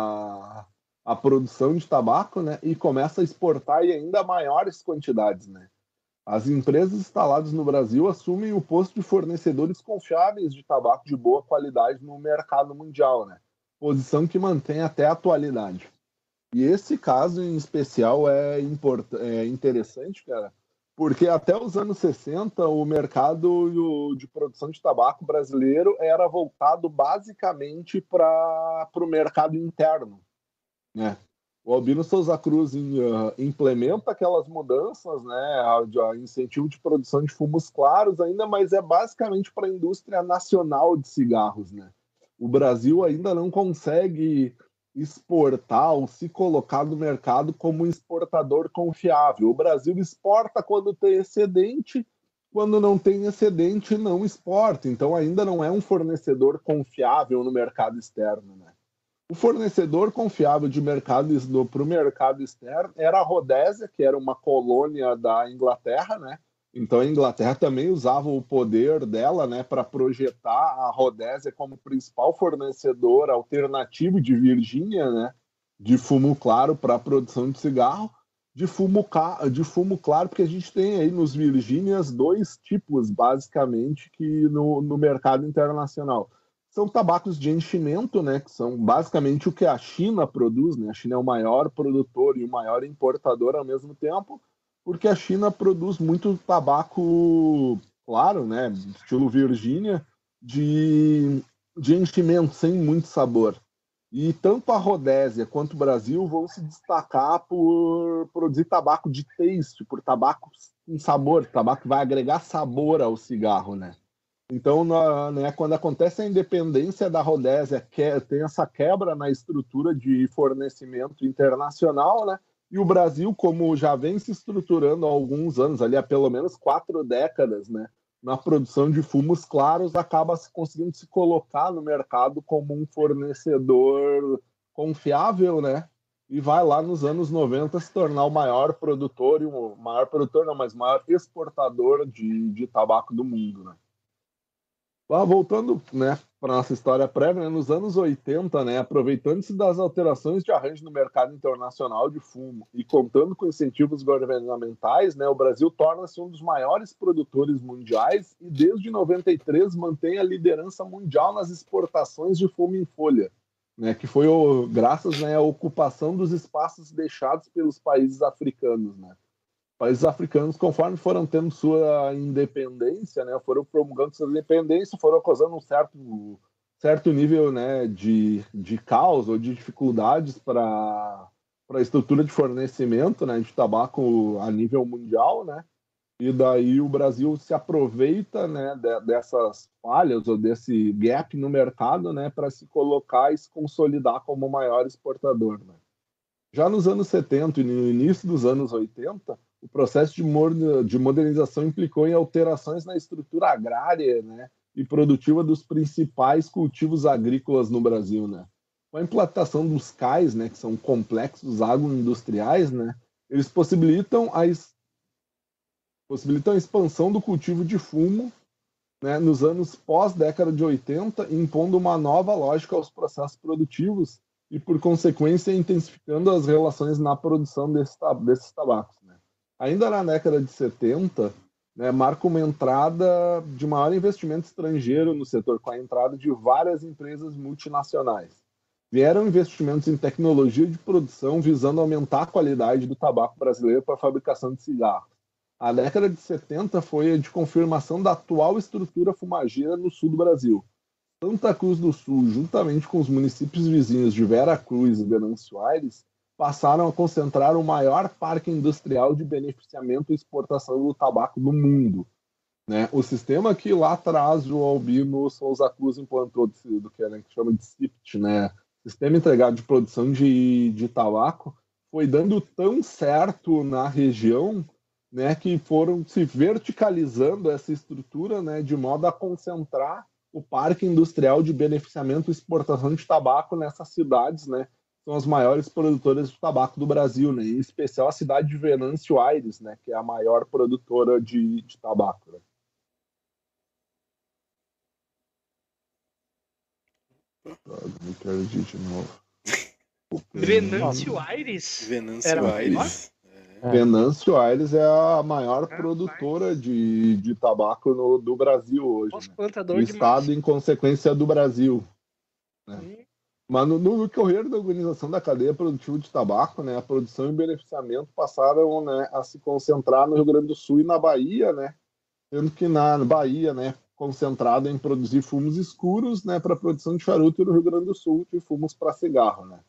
a, a produção de tabaco, né, e começa a exportar em ainda maiores quantidades, né. As empresas instaladas no Brasil assumem o posto de fornecedores confiáveis de tabaco de boa qualidade no mercado mundial, né, posição que mantém até a atualidade. E esse caso em especial é, import... é interessante, cara, porque até os anos sessenta o mercado de produção de tabaco brasileiro era voltado basicamente para o mercado interno, né? O Albino Souza Cruz uh, implementa aquelas mudanças, né, a, a incentivo de produção de fumos claros ainda, mas é basicamente para a indústria nacional de cigarros, né? O Brasil ainda não consegue exportar ou se colocar no mercado como um exportador confiável. O Brasil exporta quando tem excedente, quando não tem excedente, não exporta. Então, ainda não é um fornecedor confiável no mercado externo, né? O fornecedor confiável de mercado para o mercado externo era a Rodésia, que era uma colônia da Inglaterra, né? Então, a Inglaterra também usava o poder dela, né, para projetar a Rodésia como principal fornecedor alternativo de Virgínia, né, de fumo claro para a produção de cigarro, de fumo, de fumo claro, porque a gente tem aí nos Virgínias dois tipos, basicamente, que no, no mercado internacional. São tabacos de enchimento, né, que são basicamente o que a China produz, né? A China é o maior produtor e o maior importador ao mesmo tempo, porque a China produz muito tabaco, claro, né, estilo Virgínia, de, de enchimento, sem muito sabor. E tanto a Rodésia quanto o Brasil vão se destacar por produzir tabaco de taste, por tabaco com sabor, tabaco que vai agregar sabor ao cigarro, né? Então, na, né, quando acontece a independência da Rodésia, que, tem essa quebra na estrutura de fornecimento internacional, né? E o Brasil, como já vem se estruturando há alguns anos, ali há pelo menos quatro décadas, né, na produção de fumos claros, acaba conseguindo se colocar no mercado como um fornecedor confiável, né? E vai lá nos anos noventa se tornar o maior produtor, e o maior produtor não, mas o maior exportador de, de tabaco do mundo, né? Lá, voltando, né, para a nossa história prévia, né, nos anos oitenta, né, aproveitando-se das alterações de arranjo no mercado internacional de fumo e contando com incentivos governamentais, né, o Brasil torna-se um dos maiores produtores mundiais e desde noventa e três mantém a liderança mundial nas exportações de fumo em folha, né, que foi o, graças, né, à ocupação dos espaços deixados pelos países africanos, né. Países africanos, conforme foram tendo sua independência, né, foram promulgando sua independência, foram causando um certo, certo nível, né, de, de caos ou de dificuldades para a estrutura de fornecimento, né, de tabaco a nível mundial, né, e daí o Brasil se aproveita, né, de, dessas falhas ou desse gap no mercado, né, para se colocar e se consolidar como o maior exportador, né. Já nos anos setenta e no início dos anos oitenta, o processo de modernização implicou em alterações na estrutura agrária, né, e produtiva dos principais cultivos agrícolas no Brasil, né. Com a implantação dos C A Is, né, que são complexos agroindustriais, né, eles possibilitam a, possibilitam a expansão do cultivo de fumo né, nos anos pós-década de oitenta, impondo uma nova lógica aos processos produtivos e, por consequência, intensificando as relações na produção desse, desses tabacos. Né. Ainda na década de setenta, né, marca uma entrada de maior investimento estrangeiro no setor, com a entrada de várias empresas multinacionais. Vieram investimentos em tecnologia de produção visando aumentar a qualidade do tabaco brasileiro para a fabricação de cigarros. A década de setenta foi a de confirmação da atual estrutura fumageira no sul do Brasil. Santa Cruz do Sul, juntamente com os municípios vizinhos de Vera Cruz e Venâncio Aires, passaram a concentrar o maior parque industrial de beneficiamento e exportação do tabaco do mundo. Né? O sistema que lá atrás o Albino Souza Cruz implantou, do que a gente chama de S I P T, né? Sistema Integrado de Produção de, de Tabaco, foi dando tão certo na região, né, que foram se verticalizando essa estrutura, né, de modo a concentrar o parque industrial de beneficiamento e exportação de tabaco nessas cidades, né, são as maiores produtoras de tabaco do Brasil, né, em especial a cidade de Venâncio Aires, né, que é a maior produtora de, de tabaco. Né. Me perdi de novo. Venâncio Aires? Venâncio Aires. É. Venâncio Aires é a maior ah, produtora de, de tabaco no, do Brasil hoje. Nossa, né? Do estado, em consequência, do Brasil. Né? Hum. Mas no, no correr da organização da cadeia produtiva de tabaco, né, a produção e beneficiamento passaram, né, a se concentrar no Rio Grande do Sul e na Bahia, né, sendo que na Bahia, né, concentrado em produzir fumos escuros, né, para produção de charuto, e no Rio Grande do Sul de fumos para cigarro, né.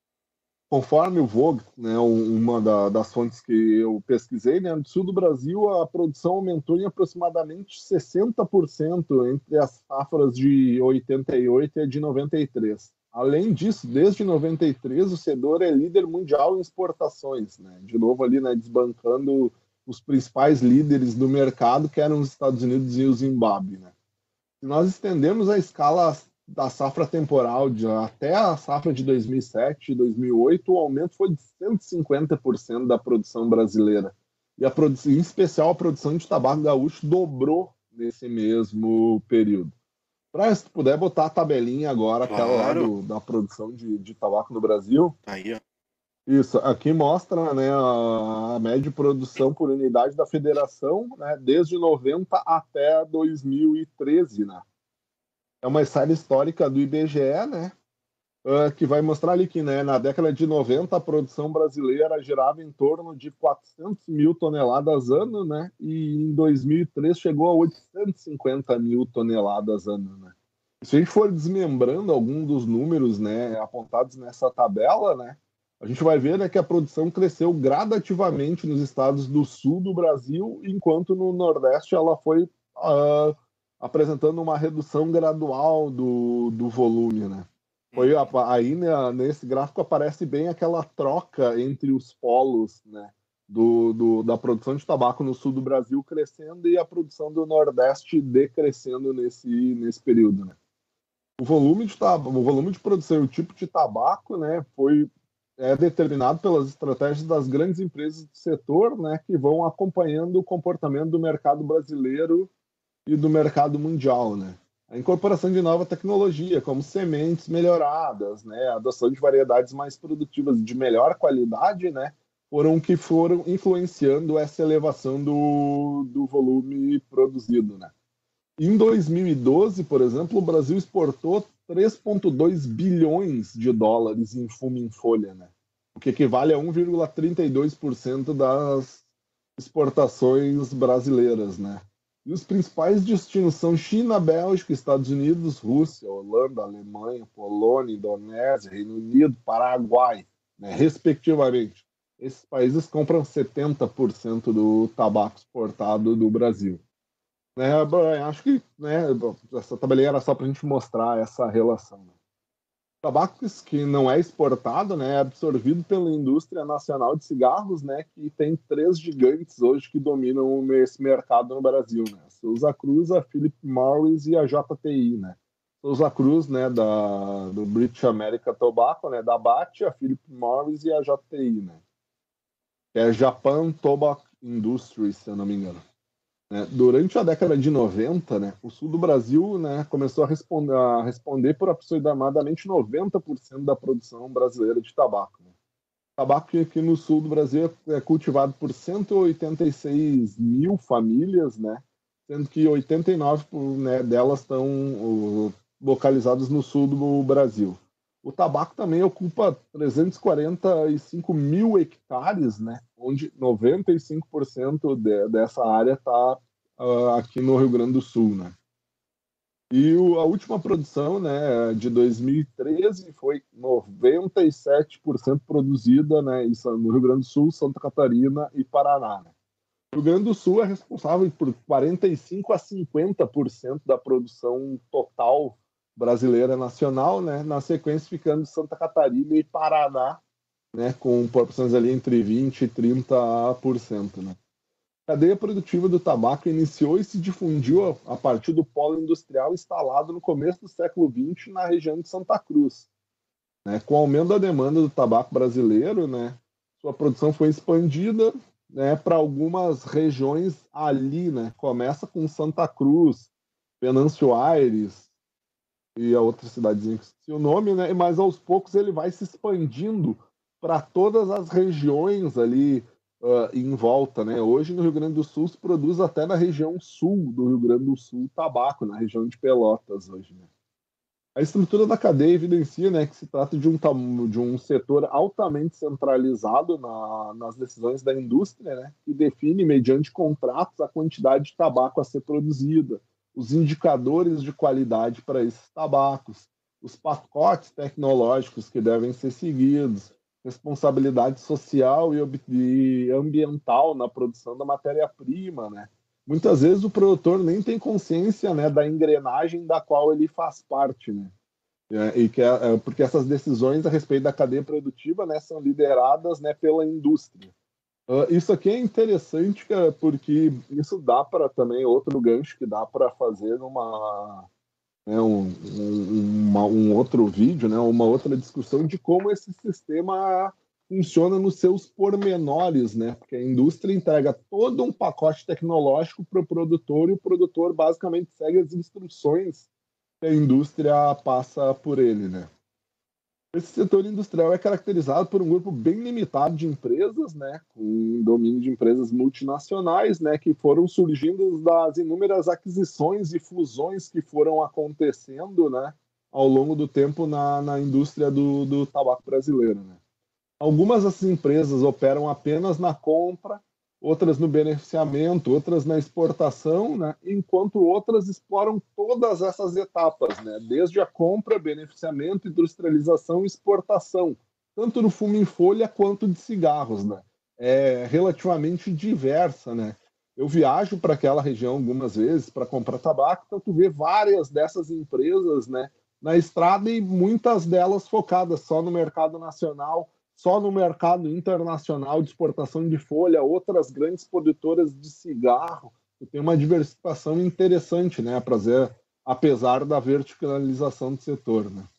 Conforme o Vogue, né, uma da, das fontes que eu pesquisei, né, no sul do Brasil a produção aumentou em aproximadamente sessenta por cento entre as safras de oitenta e oito e a de noventa e três. Além disso, desde noventa e três, o setor é líder mundial em exportações, né, de novo ali, né, desbancando os principais líderes do mercado, que eram os Estados Unidos e o Zimbábue. Né. Se nós estendemos a escala da safra temporal de, até a safra de dois mil e sete e dois mil e oito, o aumento foi de cento e cinquenta por cento da produção brasileira. E a produção, em especial a produção de tabaco gaúcho dobrou nesse mesmo período. Para se puder botar a tabelinha agora, claro, aquela lá do, da produção de, de tabaco no Brasil. Aí, ó. Isso, aqui mostra, né, a, a média de produção por unidade da federação, né, desde noventa até dois mil e treze, né? É uma série histórica do I B G E, né, uh, que vai mostrar ali que, né, na década de noventa a produção brasileira girava em torno de quatrocentos mil toneladas ano, né, e em dois mil e três chegou a oitocentos e cinquenta mil toneladas ano. Né. Se a gente for desmembrando algum dos números, né, apontados nessa tabela, né, a gente vai ver, né, que a produção cresceu gradativamente nos estados do sul do Brasil, enquanto no Nordeste ela foi uh, apresentando uma redução gradual do, do volume, né? Foi aí, né, nesse gráfico aparece bem aquela troca entre os polos, né, do, do, da produção de tabaco no sul do Brasil crescendo e a produção do Nordeste decrescendo nesse, nesse período, né? O volume de tabaco, o volume de produção e o tipo de tabaco, né, foi é determinado pelas estratégias das grandes empresas do setor, né, que vão acompanhando o comportamento do mercado brasileiro e do mercado mundial, né? A incorporação de nova tecnologia, como sementes melhoradas, né, a adoção de variedades mais produtivas de melhor qualidade, né, foram que foram influenciando essa elevação do, do volume produzido, né? Em dois mil e doze, por exemplo, o Brasil exportou três vírgula dois bilhões de dólares em fumo em folha, né? O que equivale a um vírgula trinta e dois por cento das exportações brasileiras, né? E os principais destinos são China, Bélgica, Estados Unidos, Rússia, Holanda, Alemanha, Polônia, Indonésia, Reino Unido, Paraguai, né, respectivamente. Esses países compram setenta por cento do tabaco exportado do Brasil. Né, acho que, né, essa tabelinha era só para a gente mostrar essa relação. Né. Tabaco que não é exportado, né, é absorvido pela indústria nacional de cigarros, né, que tem três gigantes hoje que dominam esse mercado no Brasil, né, Souza Cruz, a Philip Morris e a J T I, né. Souza Cruz, né, da, do British American Tobacco, né, da B A T, a Philip Morris e a J T I, né, que é Japan Tobacco Industries, se eu não me engano. né? Durante a década de noventa, né, o sul do Brasil, né, começou a responder, a responder por aproximadamente noventa por cento da produção brasileira de tabaco. Né? Tabaco que aqui no sul do Brasil é cultivado por cento e oitenta e seis mil famílias, né, sendo que oitenta e nove por cento, né, delas estão uh, localizadas no sul do Brasil. O tabaco também ocupa trezentos e quarenta e cinco mil hectares, né, onde noventa e cinco por cento de, dessa área está uh, aqui no Rio Grande do Sul. Né. E o, a última produção, né, de dois mil e treze foi noventa e sete por cento produzida, né, no Rio Grande do Sul, Santa Catarina e Paraná. Né. O Rio Grande do Sul é responsável por quarenta e cinco a cinquenta por cento da produção total brasileira nacional, né, na sequência ficando Santa Catarina e Paraná, né, com proporções ali entre vinte e trinta por cento. Né. A cadeia produtiva do tabaco iniciou e se difundiu a partir do polo industrial instalado no começo do século vinte na região de Santa Cruz. Né? Com o aumento da demanda do tabaco brasileiro, né, sua produção foi expandida, né, para algumas regiões ali. Né? Começa com Santa Cruz, Venâncio Aires e a outra cidadezinha que esqueci o nome, né? Mas aos poucos ele vai se expandindo para todas as regiões ali Uh, em volta, né? Hoje no Rio Grande do Sul se produz até na região sul do Rio Grande do Sul tabaco, na região de Pelotas hoje. Né? A estrutura da cadeia evidencia, né, que se trata de um, de um setor altamente centralizado na, nas decisões da indústria, né, que define, mediante contratos, a quantidade de tabaco a ser produzida, os indicadores de qualidade para esses tabacos, os pacotes tecnológicos que devem ser seguidos, responsabilidade social e ambiental na produção da matéria-prima, né? Muitas vezes o produtor nem tem consciência, né, da engrenagem da qual ele faz parte, né? E que é, porque essas decisões a respeito da cadeia produtiva, né, são lideradas, né, pela indústria. Uh, isso aqui é interessante, cara, porque isso dá para também outro gancho que dá para fazer uma É um, um, uma, um outro vídeo, né, uma outra discussão de como esse sistema funciona nos seus pormenores, né, porque a indústria entrega todo um pacote tecnológico para o produtor e o produtor basicamente segue as instruções que a indústria passa por ele. Né. Esse setor industrial é caracterizado por um grupo bem limitado de empresas, né, com domínio de empresas multinacionais, né, que foram surgindo das inúmeras aquisições e fusões que foram acontecendo, né, ao longo do tempo na, na indústria do, do tabaco brasileiro. Né. Algumas dessas empresas operam apenas na compra, outras no beneficiamento, outras na exportação, né, enquanto outras exploram todas essas etapas, né, desde a compra, beneficiamento, industrialização e exportação, tanto no fumo em folha quanto de cigarros. Né. É relativamente diversa. Né. Eu viajo para aquela região algumas vezes para comprar tabaco, então tu vê várias dessas empresas, né, na estrada e muitas delas focadas só no mercado nacional, só no mercado internacional de exportação de folha, outras grandes produtoras de cigarro, que tem uma diversificação interessante, né, prazer, apesar da verticalização do setor. Né.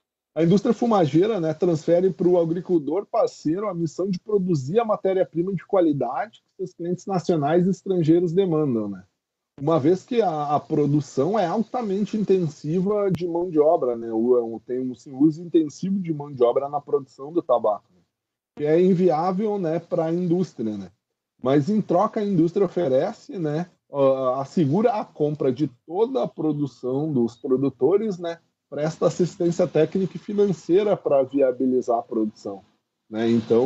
A indústria fumageira, né, transfere para o agricultor parceiro a missão de produzir a matéria-prima de qualidade que seus clientes nacionais e estrangeiros demandam. Né. Uma vez que a, a produção é altamente intensiva de mão de obra, né, o, tem um assim, uso intensivo de mão de obra na produção do tabaco, que é inviável, né, para a indústria. Né? Mas, em troca, a indústria oferece, né, uh, assegura a compra de toda a produção dos produtores, né, presta assistência técnica e financeira para viabilizar a produção. Né? Então,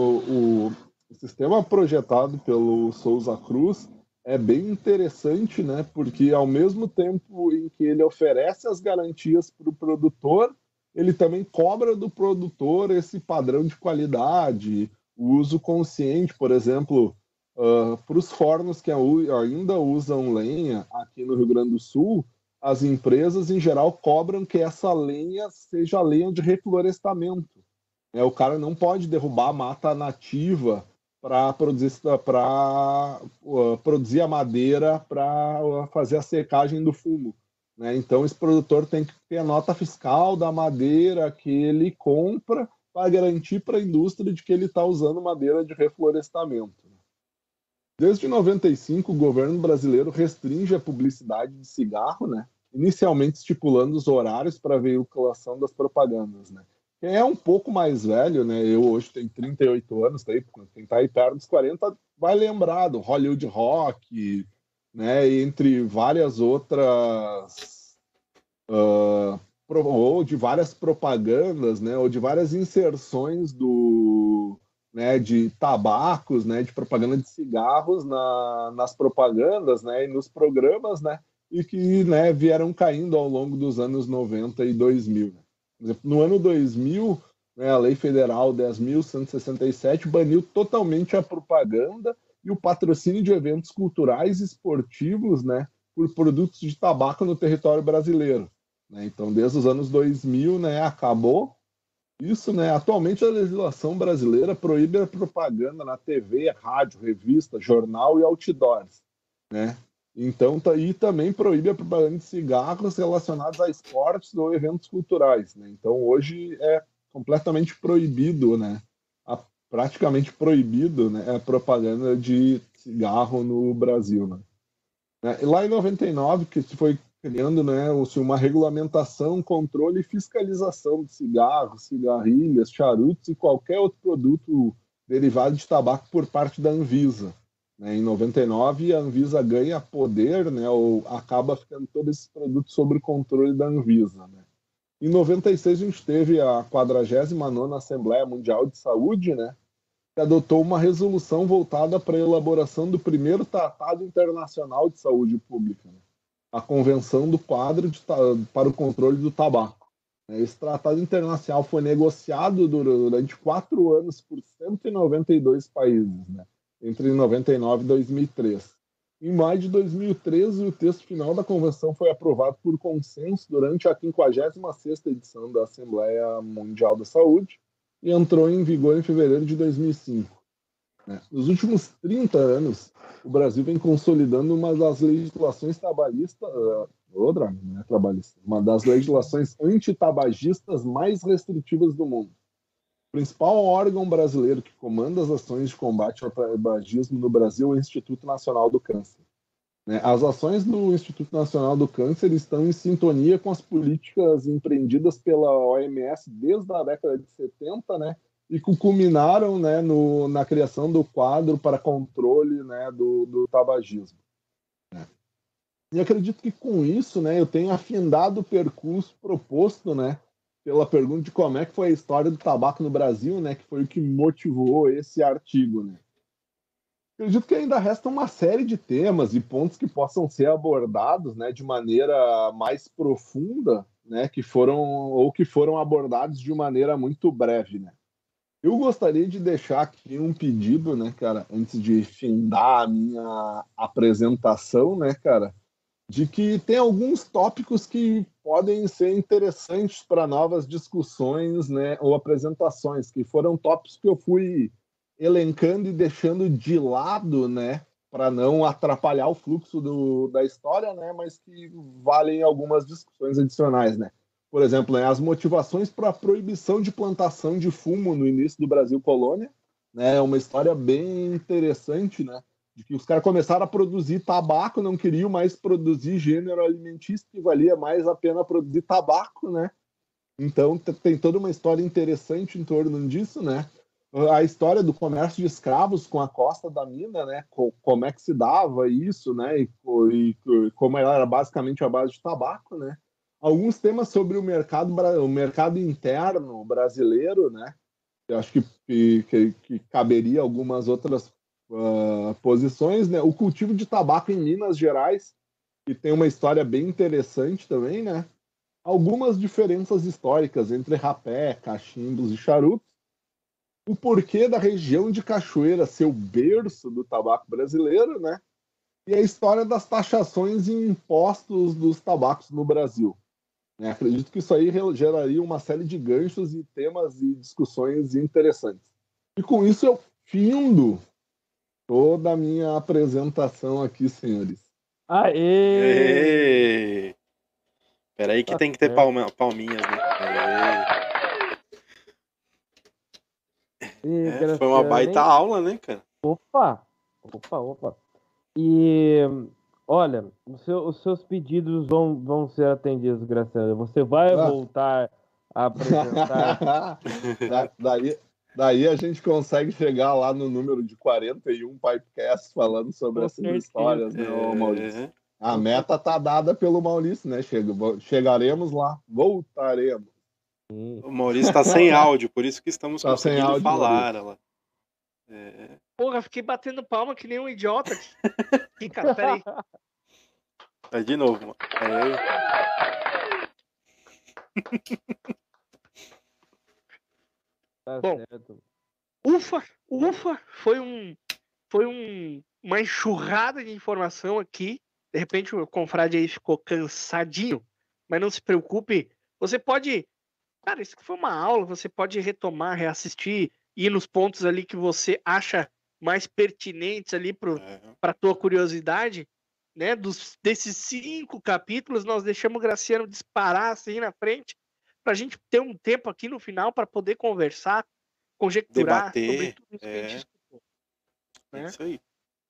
o, o sistema projetado pelo Souza Cruz é bem interessante, né, porque, ao mesmo tempo em que ele oferece as garantias para o produtor, ele também cobra do produtor esse padrão de qualidade, o uso consciente, por exemplo, uh, para os fornos que ainda usam lenha aqui no Rio Grande do Sul, as empresas, em geral, cobram que essa lenha seja lenha de reflorestamento. É, o cara não pode derrubar a mata nativa para produzir, pra, uh, produzir a madeira para uh, fazer a secagem do fumo. Né? Então, esse produtor tem que ter a nota fiscal da madeira que ele compra para garantir para a indústria de que ele está usando madeira de reflorestamento. Desde noventa e cinco, o governo brasileiro restringe a publicidade de cigarro, né? Inicialmente estipulando os horários para a veiculação das propagandas, né? Quem é um pouco mais velho, né? Eu hoje tenho trinta e oito anos, tá aí, quem está aí perto dos quarenta vai lembrar do Hollywood Rock, né? Entre várias outras... Uh, ou de várias propagandas, né? Ou de várias inserções do... Né, de tabacos, né, de propaganda de cigarros na, nas propagandas, né, e nos programas, né, e que, né, vieram caindo ao longo dos anos noventa e dois mil. Né. Por exemplo, no ano dois mil, né, a Lei Federal dez mil cento e sessenta e sete baniu totalmente a propaganda e o patrocínio de eventos culturais e esportivos, né, por produtos de tabaco no território brasileiro. Né. Então, desde os anos dois mil, né, acabou isso, né? Atualmente a legislação brasileira proíbe a propaganda na T V, rádio, revista, jornal e outdoors, né? Então, tá, e também proíbe a propaganda de cigarros relacionados a esportes ou eventos culturais, né? Então, hoje é completamente proibido, né? A, praticamente proibido, né? A propaganda de cigarro no Brasil, né? E lá em noventa e nove, que foi criando, né, uma regulamentação, controle e fiscalização de cigarros, cigarrilhas, charutos e qualquer outro produto derivado de tabaco por parte da Anvisa. Né? Em noventa e nove, a Anvisa ganha poder, né, ou acaba ficando todos esses produtos sob o controle da Anvisa. Né? Em noventa e seis, a gente teve a quadragésima nona Assembleia Mundial de Saúde, né, que adotou uma resolução voltada para a elaboração do primeiro Tratado Internacional de Saúde Pública, né? A Convenção do Quadro de, para o Controle do Tabaco. Esse tratado internacional foi negociado durante quatro anos por cento e noventa e dois países, né? Entre noventa e nove e dois mil e três. Em maio de dois mil e treze, o texto final da convenção foi aprovado por consenso durante a quinquagésima sexta edição da Assembleia Mundial da Saúde e entrou em vigor em fevereiro de dois mil e cinco. Nos últimos trinta anos, o Brasil vem consolidando uma das legislações trabalhistas, outra, não é trabalhista, uma das legislações antitabagistas mais restritivas do mundo. O principal órgão brasileiro que comanda as ações de combate ao tabagismo no Brasil é o Instituto Nacional do Câncer. As ações do Instituto Nacional do Câncer estão em sintonia com as políticas empreendidas pela O M S desde a década de setenta, né? E que culminaram, né, no, na criação do quadro para controle, né, do, do tabagismo. Né. E acredito que com isso, né, eu tenho afindado o percurso proposto, né, pela pergunta de como é que foi a história do tabaco no Brasil, né, que foi o que motivou esse artigo. Né. Acredito que ainda resta uma série de temas e pontos que possam ser abordados, né, de maneira mais profunda, né, que foram, ou que foram abordados de maneira muito breve, né. Eu gostaria de deixar aqui um pedido, né, cara, antes de findar a minha apresentação, né, cara, de que tem alguns tópicos que podem ser interessantes para novas discussões, né, ou apresentações, que foram tópicos que eu fui elencando e deixando de lado, né, para não atrapalhar o fluxo do, da história, né, mas que valem algumas discussões adicionais, né. Por exemplo, né, as motivações para a proibição de plantação de fumo no início do Brasil colônia, né, é uma história bem interessante, né, de que os caras começaram a produzir tabaco, não queriam mais produzir gênero alimentício, que valia mais a pena produzir tabaco, né? Então tem toda uma história interessante em torno disso, né? A história do comércio de escravos com a costa da mina, né? Como é que se dava isso, né? E, e como ela era basicamente a base de tabaco, né? Alguns temas sobre o mercado, o mercado interno brasileiro, né? Eu acho que, que, que caberia algumas outras uh, posições, né? O cultivo de tabaco em Minas Gerais, que tem uma história bem interessante também, né? Algumas diferenças históricas entre rapé, cachimbos e charutos, o porquê da região de Cachoeira ser o berço do tabaco brasileiro, né? E a história das taxações e impostos dos tabacos no Brasil. É, acredito que isso aí geraria uma série de ganchos e temas e discussões interessantes. E com isso eu findo toda a minha apresentação aqui, senhores. Aê! Espera aí que Tá tem que ter certo. palma, palminhas, né? Ih, É, foi uma baita Graciane. aula, né, cara? Opa! Opa, opa. E, olha, o seu- os seus pedidos vão, vão ser atendidos, Graciela. Você vai Ah. voltar a apresentar. Da- daí, daí a gente consegue chegar lá no número de quarenta e um Pipecasts falando sobre Com essas certeza. histórias, né, ô Maurício? É, A meta tá dada pelo Maurício, né? Chega, chegaremos lá, voltaremos. Sim. o Maurício tá sem áudio, por isso que estamos Tá sem conseguindo áudio, falar. Olha lá. É, Porra, fiquei batendo palma que nem um idiota aqui. Ih, cara, peraí. vai de novo, mano. É, Tá Bom. certo. Ufa, ufa, foi um, foi um, uma enxurrada de informação aqui. De repente o confrade aí ficou cansadinho, mas não se preocupe. Você pode, cara, isso foi uma aula. Você pode retomar, reassistir, ir nos pontos ali que você acha mais pertinentes ali pro, é. para tua curiosidade, né? Dos desses cinco capítulos, nós deixamos o Graciano disparar assim na frente, para a gente ter um tempo aqui no final para poder conversar, conjecturar Debater, sobre tudo isso que a é. gente discutiu, É né? isso aí.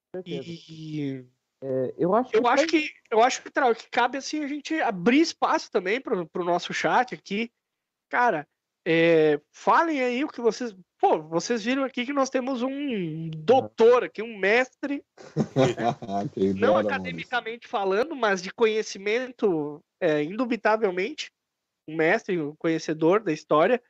E É, eu acho que, eu acho faz- que eu acho que, Trau, que cabe assim a gente abrir espaço também para o nosso chat aqui, cara. É, falem aí o que vocês, pô, vocês viram aqui que nós temos um doutor aqui, um mestre, Quem não dera, academicamente falando, mas de conhecimento, é, indubitavelmente, um mestre, um conhecedor da história.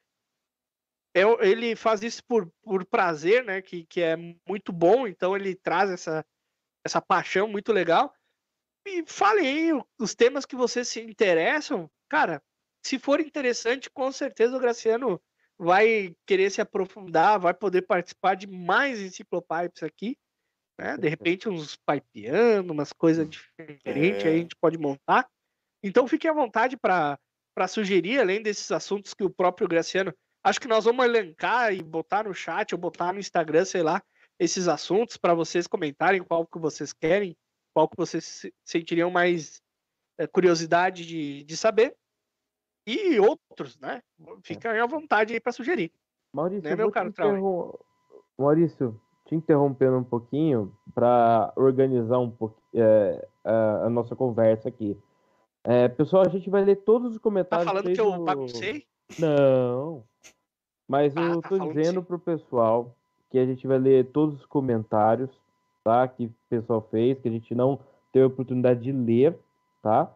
É, ele faz isso por, por prazer, né? Que, que é muito bom, então ele traz essa, essa paixão muito legal. E falem aí os temas que vocês se interessam. Cara, se for interessante, com certeza o Graciano vai querer se aprofundar, vai poder participar de mais enciclopipes aqui, né? De repente uns pipeando, umas coisas diferentes, É. aí a gente pode montar. Então fiquem à vontade para sugerir, além desses assuntos que o próprio Graciano. Acho que nós vamos elencar e botar no chat ou botar no Instagram, sei lá, esses assuntos para vocês comentarem qual que vocês querem, qual que vocês se- sentiriam mais é, curiosidade de, de saber. E outros, né? Fiquem à vontade aí para sugerir. Maurício, Né, eu meu vou te caro Trauer? interrom- Maurício, te interrompendo um pouquinho para organizar um pouco é, a, a nossa conversa aqui. É, pessoal, a gente vai ler todos os Tá comentários falando aí que eu do- baguncei? Não. Mas Ah, eu tá tô falando dizendo sim. pro pessoal que a gente vai ler todos os comentários, tá? Que o pessoal fez, que a gente não teve a oportunidade de ler, tá?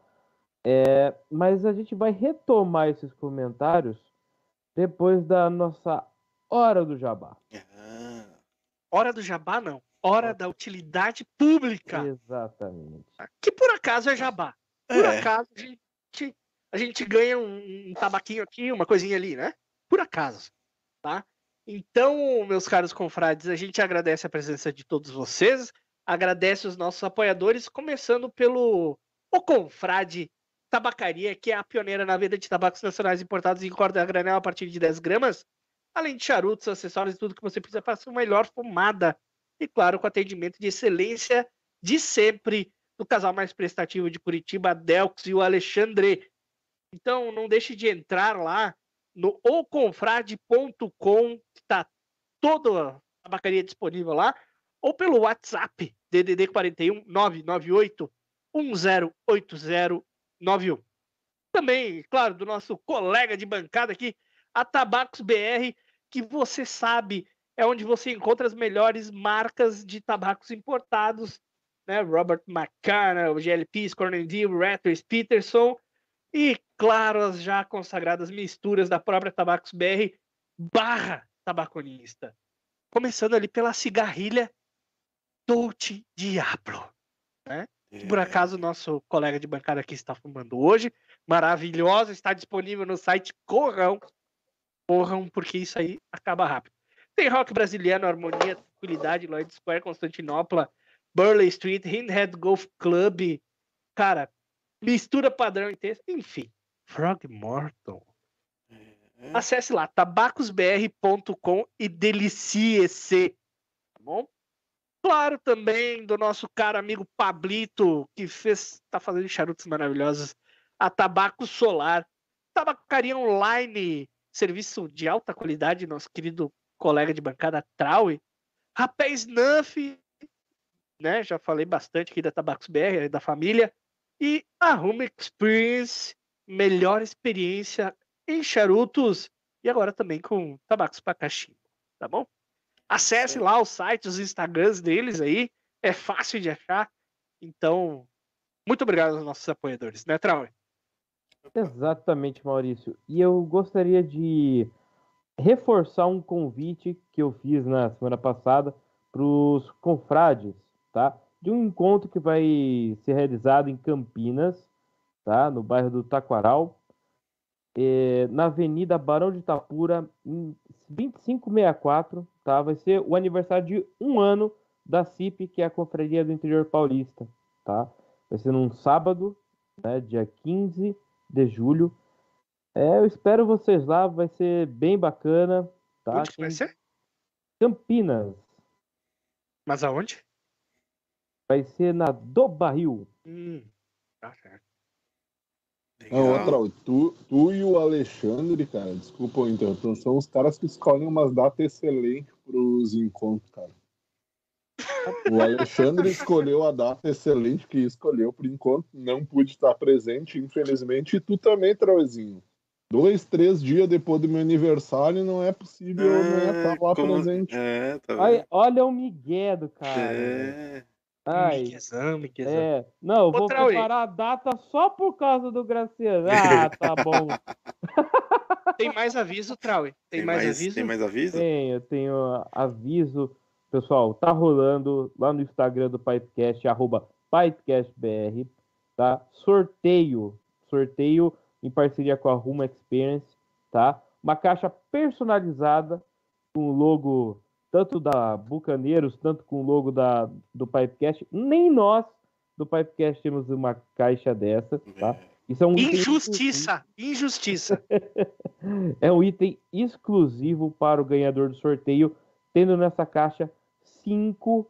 É, mas a gente vai retomar esses comentários depois da nossa hora do jabá. Ah, Hora do jabá, não. Hora da utilidade pública. Exatamente. Que por acaso é jabá. Por É. acaso a gente, a gente ganha um, um tabaquinho aqui, uma coisinha ali, né? Por acaso, tá? Então, meus caros confrades, a gente agradece a presença de todos vocês, agradece os nossos apoiadores, começando pelo O Confrade Tabacaria, que é a pioneira na venda de tabacos nacionais importados em corda a granel a partir de dez gramas, além de charutos, acessórios e tudo que você precisa para sua melhor fumada. E claro, com atendimento de excelência de sempre do casal mais prestativo de Curitiba, a Delx e o Alexandre. Então, não deixe de entrar lá no o confrade ponto com, que está toda a tabacaria disponível lá, ou pelo WhatsApp, D D D quarenta e um, nove nove oito, um zero oito zero nove um. Também, claro, do nosso colega de bancada aqui, a Tabacos B R, que você sabe é onde você encontra as melhores marcas de tabacos importados, né? Robert McCarran, o G L P, Cornendale, Ratters, Peterson e, claro, as já consagradas misturas da própria Tabacos B R barra tabaconista. Começando ali pela cigarrilha Dolce Diablo, né? Que por acaso o nosso colega de bancada aqui está fumando hoje. Maravilhosa, está disponível no site. Corram, corram, porque isso aí acaba rápido. Tem rock brasiliano, Harmonia, Tranquilidade, Lloyd Square, Constantinopla, Burley Street, Hindhead Golf Club. Cara, mistura padrão inteiro. Enfim, Frog Mortal. Acesse lá, tabacos b r ponto com e delicie-se. Tá bom? Claro, também do nosso caro amigo Pablito, que fez, tá fazendo charutos maravilhosos. A Tabaco Solar. Tabacaria online, serviço de alta qualidade, nosso querido colega de bancada Traui. Rapé Snuff, né? Já falei bastante aqui da Tabacos B R, da família. E a Home Experience, melhor experiência em charutos e agora também com tabacos para cachimbo, tá bom? Acesse lá os sites, os Instagrams deles aí, é fácil de achar. Então, muito obrigado aos nossos apoiadores, né, Trau? Exatamente, Maurício. E eu gostaria de reforçar um convite que eu fiz na semana passada para os confrades, tá? De um encontro que vai ser realizado em Campinas, tá? No bairro do Taquaral, é, na Avenida Barão de Itapura, em vinte e cinco sessenta e quatro, tá? Vai ser o aniversário de um ano da C I P, que é a Confraria do Interior Paulista, tá? Vai ser num sábado, né? Dia quinze de julho. É, eu espero vocês lá, vai ser bem bacana, tá? Onde que vai ser? Campinas. Mas aonde? Vai ser na do Barril. Hum, tá certo. Não, outra, tu, tu e o Alexandre, cara, desculpa a interrupção, são os caras que escolhem umas datas excelentes pros encontros, cara. O Alexandre escolheu a data excelente que escolheu pro encontro, não pude estar presente, infelizmente, e tu também, Trauzinho. Dois, três dias depois do meu aniversário, não é possível eu não estar lá como... presente. É, tá Ai, olha o Miguel do cara. É. Ai, Miguezão, Miguezão. é. Não, eu vou Outra aí. preparar a data só por causa do Graciano. Ah, tá bom. Tem mais aviso, Trau? Tem, Tem mais, mais, aviso? tem mais aviso? Tenho, eu tenho aviso. Pessoal, tá rolando lá no Instagram do Pipecast, arroba PipecastBR, tá? Sorteio, sorteio em parceria com a Home Experience, tá? Uma caixa personalizada com o logo tanto da Bucaneiros, tanto com o logo da, do Pipecast. Nem nós do Pipecast temos uma caixa dessa, tá? Isso é um item Injustiça! Injustiça! É um item exclusivo para o ganhador do sorteio, tendo nessa caixa cinco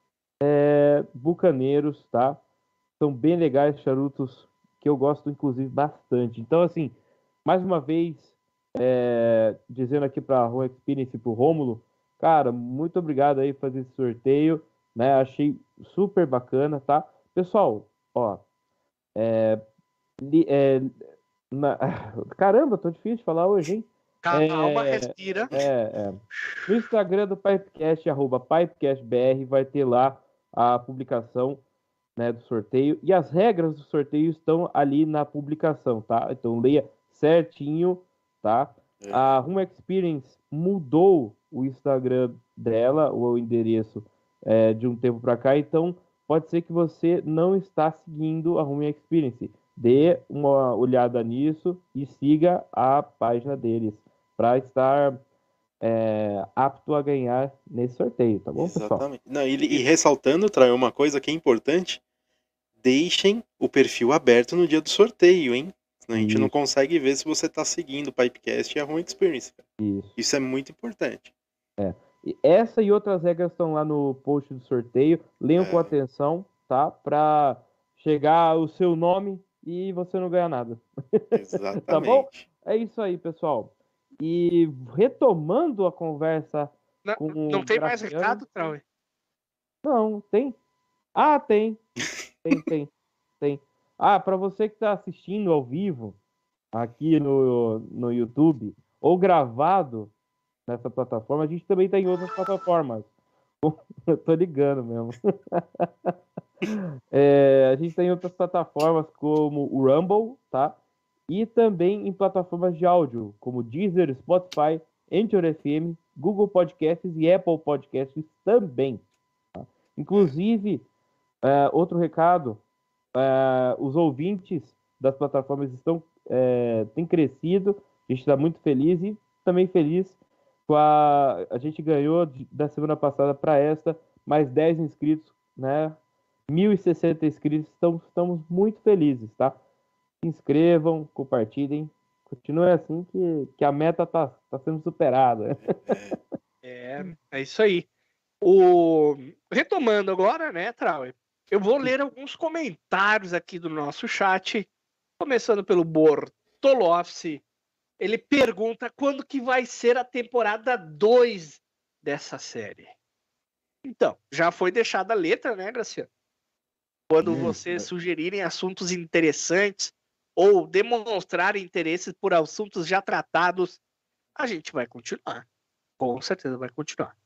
é, bucaneiros, tá? São bem legais, charutos que eu gosto, inclusive, bastante. Então, assim, mais uma vez, é, dizendo aqui para a Home Experience e para o Rômulo, cara, muito obrigado aí por fazer esse sorteio, né? Achei super bacana, tá? Pessoal, ó, é, li, é, na... caramba, tô difícil de falar hoje, hein? Calma, É, respira. É, é. No Instagram do Pipecast, arroba PipecastBR, vai ter lá a publicação, né, do sorteio. E as regras do sorteio estão ali na publicação, tá? Então leia certinho, tá? É. A Home Experience mudou o Instagram dela, o endereço, é, de um tempo para cá. Então pode ser que você não está seguindo a Home Experience. Dê uma olhada nisso e siga a página deles para estar é, apto a ganhar nesse sorteio, tá bom, pessoal? Exatamente. Não, e, e ressaltando, Trai, uma coisa que é importante, deixem o perfil aberto no dia do sorteio, hein? Senão a gente Isso. não consegue ver se você tá seguindo o Pipecast e a Home Experience. Cara. Isso. Isso é muito importante. E essa e outras regras estão lá no post do sorteio. Leiam É. com atenção, tá? Para chegar o seu nome e você não ganhar nada. Exatamente. Tá bom? É isso aí, pessoal. E retomando a conversa Não, com não o tem mais Graciano- recado, Trau? Não, tem. Ah, tem. Tem, tem, tem. Ah, para você que está assistindo ao vivo aqui no, no YouTube ou gravado nessa plataforma, a gente também está em outras plataformas. Eu tô ligando mesmo. É, a gente tem outras plataformas como o Rumble, tá? E também em plataformas de áudio, como Deezer, Spotify, Anchor F M, Google Podcasts e Apple Podcasts também. Tá? Inclusive, é, outro recado, é, os ouvintes das plataformas estão é, têm crescido, a gente está muito feliz e também feliz com a... A gente ganhou de- da semana passada para esta mais dez inscritos, né? mil e sessenta inscritos, então estamos muito felizes, tá? Se inscrevam, compartilhem, continue assim que, que a meta tá, tá sendo superada. É, é isso aí. O... Retomando agora, né, Trau? Eu vou ler alguns comentários aqui do nosso chat, começando pelo Bortolofsky. Ele pergunta quando que vai ser a temporada dois dessa série. Então, já foi deixada a letra, né, Graciano? Quando Hum, vocês é. sugerirem assuntos interessantes ou demonstrarem interesse por assuntos já tratados, a gente vai continuar. Com certeza vai continuar.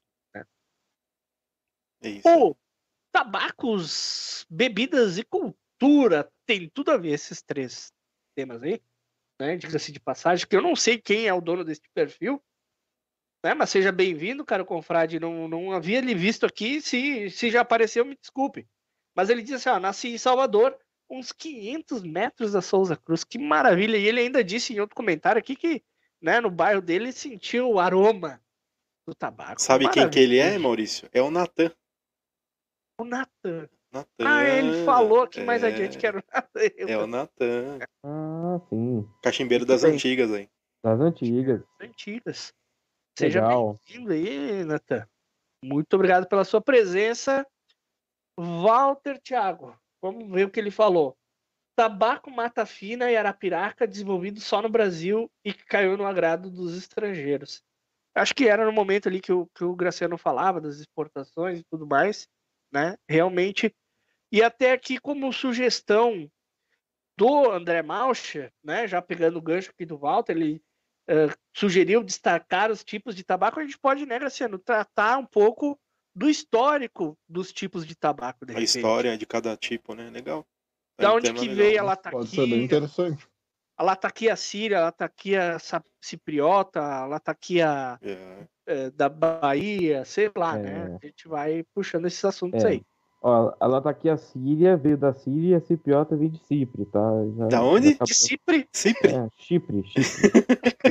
É isso aí. Pô, tabacos, bebidas e cultura tem tudo a ver esses três temas aí, né? Diga-se de passagem, que eu não sei quem é o dono desse perfil, né? Mas seja bem-vindo, cara confrade. Não, não havia lhe visto aqui. Se, se já apareceu, me desculpe. Mas ele disse assim: ó, nasci em Salvador, uns quinhentos metros da Souza Cruz. Que maravilha! E ele ainda disse em outro comentário aqui que, né, no bairro dele sentiu o aroma do tabaco. Sabe quem que ele é, Maravilhoso. Maurício? É o Natan. O Natan. Natan. Ah, ele falou aqui mais é, adiante que era o Natan. É o Natan. Ah, sim. Cachimbeiro Muito das bem. antigas aí. Das antigas. Antigas. Seja Legal. bem-vindo aí, Natan. Muito obrigado pela sua presença. Walter Thiago, vamos ver o que ele falou. Tabaco mata fina e arapiraca desenvolvido só no Brasil e que caiu no agrado dos estrangeiros. Acho que era no momento ali que o, que o Graciano falava das exportações e tudo mais, né? Realmente. E até aqui como sugestão do André Malcher, né? Já pegando o gancho aqui do Walter, ele uh, sugeriu destacar os tipos de tabaco. A gente pode, né, Graciano, tratar um pouco do histórico dos tipos de tabaco, de A repente. história de cada tipo, né? Legal. É Da um onde tema que legal. veio a Pode ser bem lataquia, interessante. a lataquia síria, a lataquia sa- cipriota, a lataquia É. eh, da Bahia, sei lá, É. né? A gente vai puxando esses assuntos É. aí. Ó, ela tá aqui, a Síria veio da Síria e a Cipriota veio de Chipre, tá? Já, Da onde? já acabou. De Cipre, Cipre. É, Chipre, Chipre.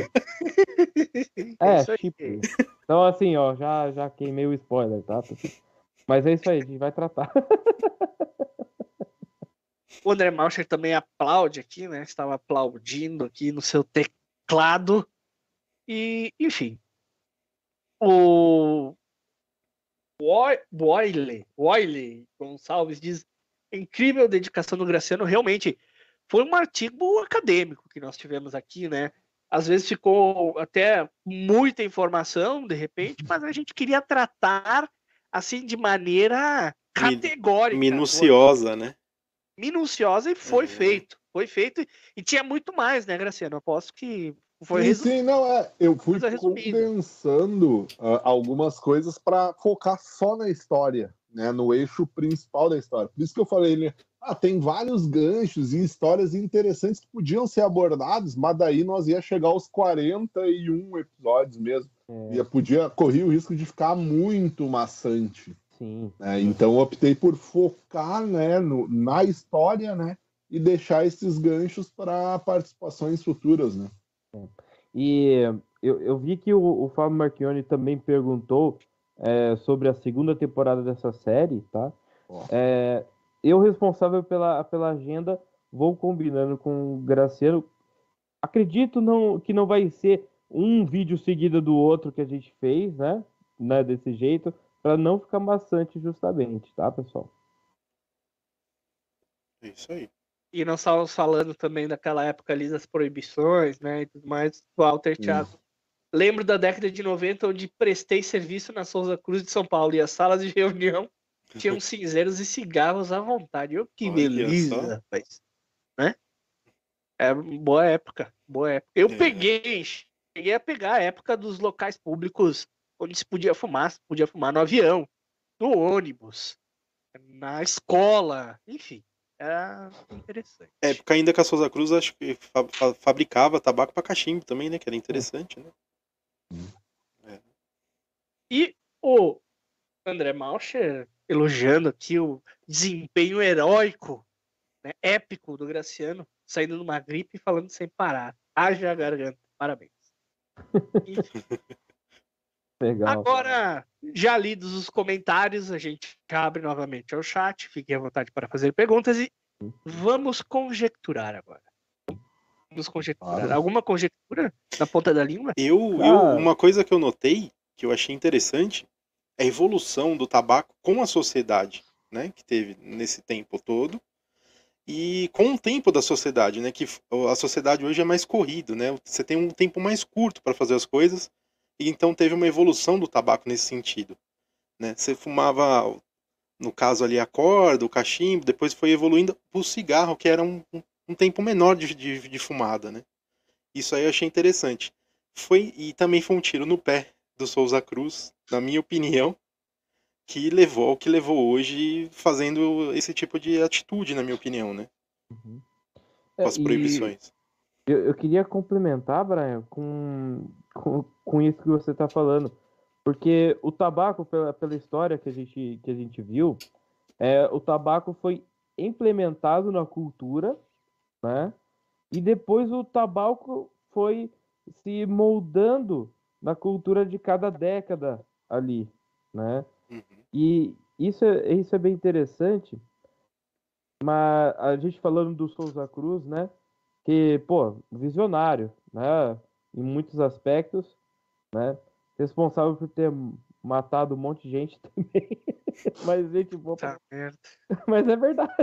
é É, isso aí. Chipre. Então, assim, ó, já, já queimei o spoiler, tá? Mas é isso aí, a gente vai tratar. O André Malcher também aplaude aqui, né? Estava aplaudindo aqui no seu teclado. E, enfim. O Boyle, Boyle Gonçalves diz: incrível dedicação do Graciano. Realmente foi um artigo acadêmico que nós tivemos aqui, né? Às vezes ficou até muita informação, de repente, mas a gente queria tratar assim de maneira categórica. Minuciosa, né? Minuciosa e foi É. feito. Foi feito e tinha muito mais, né, Graciano? Eu aposto que foi Sim, resumido. sim, não, é. Eu fui Coisa resumida. condensando ah, algumas coisas para focar só na história, né? No eixo principal da história. Por isso que eu falei, né? Ah, tem vários ganchos e histórias interessantes que podiam ser abordados, mas daí nós ia chegar aos quarenta e um episódios mesmo. É, Ia, podia correr o risco de ficar muito maçante. sim. Né? Então eu optei por focar, né, no, na história, né? E deixar esses ganchos para participações futuras, né? E eu, eu vi que o, o Fábio Marchioni também perguntou é, sobre a segunda temporada dessa série, tá? Ó. É, eu, responsável pela, pela agenda, vou combinando com o Graciano. Acredito não, que não vai ser um vídeo seguido do outro que a gente fez, né? né desse jeito, para não ficar maçante justamente, tá, pessoal? É isso aí. E nós estávamos falando também daquela época ali das proibições, né, e tudo mais. Walter Thiago. Lembro da década de noventa, onde prestei serviço na Souza Cruz de São Paulo e as salas de reunião tinham cinzeiros e cigarros à vontade. Eu, que Olha beleza, só. rapaz. Né? É boa época, boa época. Eu É. peguei, cheguei a pegar a época dos locais públicos onde se podia fumar, se podia fumar no avião, no ônibus, na escola, enfim. Era interessante. Época ainda que a Souza Cruz acho que fa- fa- fabricava tabaco para cachimbo também, né? Que era interessante, né? E o André Malcher elogiando aqui o desempenho heróico, né, épico do Graciano, saindo numa gripe e falando sem parar. Haja a garganta. Parabéns. Enfim. Legal. Agora, já lidos os comentários, a gente abre novamente ao chat. Fiquem à vontade para fazer perguntas e vamos conjecturar agora. Vamos conjecturar. Claro. Alguma conjectura na ponta da língua? Eu, Ah. eu, uma coisa que eu notei, que eu achei interessante, é a evolução do tabaco com a sociedade, né? Que teve nesse tempo todo. E com o tempo da sociedade, né? Que a sociedade hoje é mais corrido, né? Você tem um tempo mais curto para fazer as coisas. E então teve uma evolução do tabaco nesse sentido. né? Você fumava, no caso ali, a corda, o cachimbo, depois foi evoluindo pro cigarro, que era um, um, um tempo menor de, de, de fumada, né? Isso aí eu achei interessante. Foi, e também foi um tiro no pé do Souza Cruz, na minha opinião, que levou ao que levou hoje fazendo esse tipo de atitude, na minha opinião, né? Uhum. Com É, as e proibições. eu, eu queria complementar, Brian, com, com, com isso que você está falando. Porque o tabaco, pela, pela história que a gente, que a gente viu, é, o tabaco foi implementado na cultura, né? E depois o tabaco foi se moldando na cultura de cada década ali, né? Uhum. E isso é, isso é bem interessante, mas a gente falando do Souza Cruz, né? Que, pô, visionário, né? Em muitos aspectos, né? Responsável por ter matado um monte de gente também. Mas, gente, boa pra... Tá merda. Mas é verdade.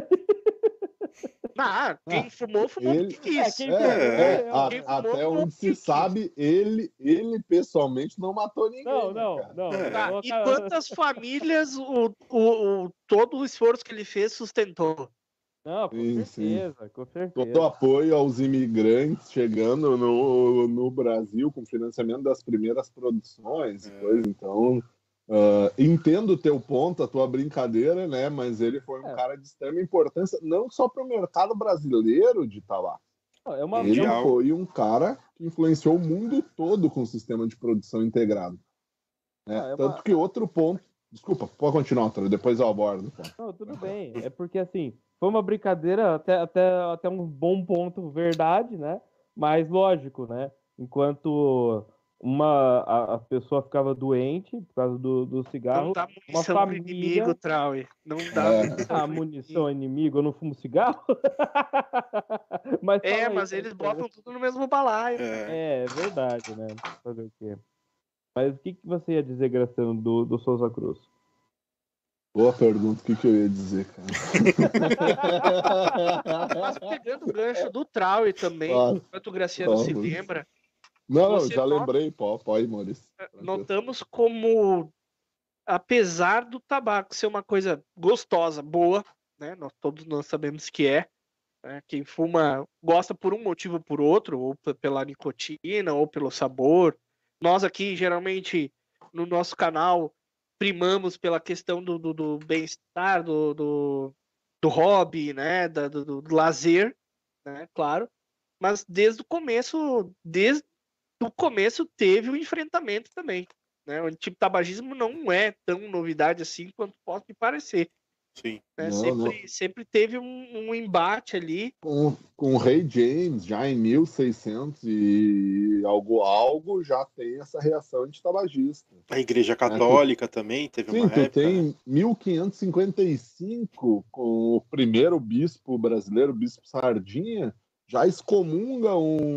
Ah, quem Ah, fumou, fumou ele- porque quis. É, quem É, fumou, é, morreu, a- Quem né? fumou, até fumou onde se porque quis. sabe, ele, ele pessoalmente não matou ninguém, Não, né, não, cara? não. É. Tá, Não, e cara, quantas famílias o, o, o- todo o esforço que ele fez sustentou? não, com Sim, sim. certeza, com Todo certeza. apoio aos imigrantes chegando no, no Brasil com financiamento das primeiras produções e É. coisa. Então, ah, entendo o teu ponto, a tua brincadeira, né? Mas ele foi um É. cara de extrema importância, não só para o mercado brasileiro de tabaco. Não, é uma, Ele é uma- Mundial. foi um cara que influenciou o mundo todo com o sistema de produção integrado. Né? Ah, é Tanto uma- que outro ponto. Desculpa, pode continuar, Antônio, depois eu abordo. Cara. Não, tudo bem. É porque, assim, foi uma brincadeira até, até, até um bom ponto, verdade, né? Mas lógico, né? Enquanto uma, a, a pessoa ficava doente por causa do, do Não cigarro, dá uma munição pro família... inimigo, Trauer. Não dá É. munição Ah, pro munição inimigo. inimigo, eu não fumo cigarro? Mas É, fala aí, mas cara. eles botam tudo no mesmo balaio. É. É, é verdade, né? Fazer o quê? Mas o que, que você ia dizer, Graciano, do, do Souza Cruz? Boa pergunta, o que, que eu ia dizer, cara? Mas pegando o gancho do Trauer também, Claro. enquanto o Graciano se Vamos. lembra, Não, não, Você já nota- lembrei, pode, pode, Maurício. notamos como, apesar do tabaco ser uma coisa gostosa, boa, né? Nós, todos nós sabemos que é. Né? Quem fuma gosta por um motivo ou por outro, ou p- pela nicotina, ou pelo sabor. Nós aqui, geralmente, no nosso canal, primamos pela questão do, do, do bem-estar, do, do, do hobby, né? Da- do, do- do lazer, né? Claro. Mas desde o começo, desde o começo teve o enfrentamento também. Né? O tipo tabagismo não é tão novidade assim quanto pode parecer. Sim. Né? Não, sempre, sempre teve um, um embate ali. Com, com o rei James, já em mil e seiscentos e algo, algo, já tem essa reação antitabagista. A Igreja Católica também teve Sim, uma tu época. tem né? mil quinhentos e cinquenta e cinco, com o primeiro bispo brasileiro, o bispo Sardinha, já excomunga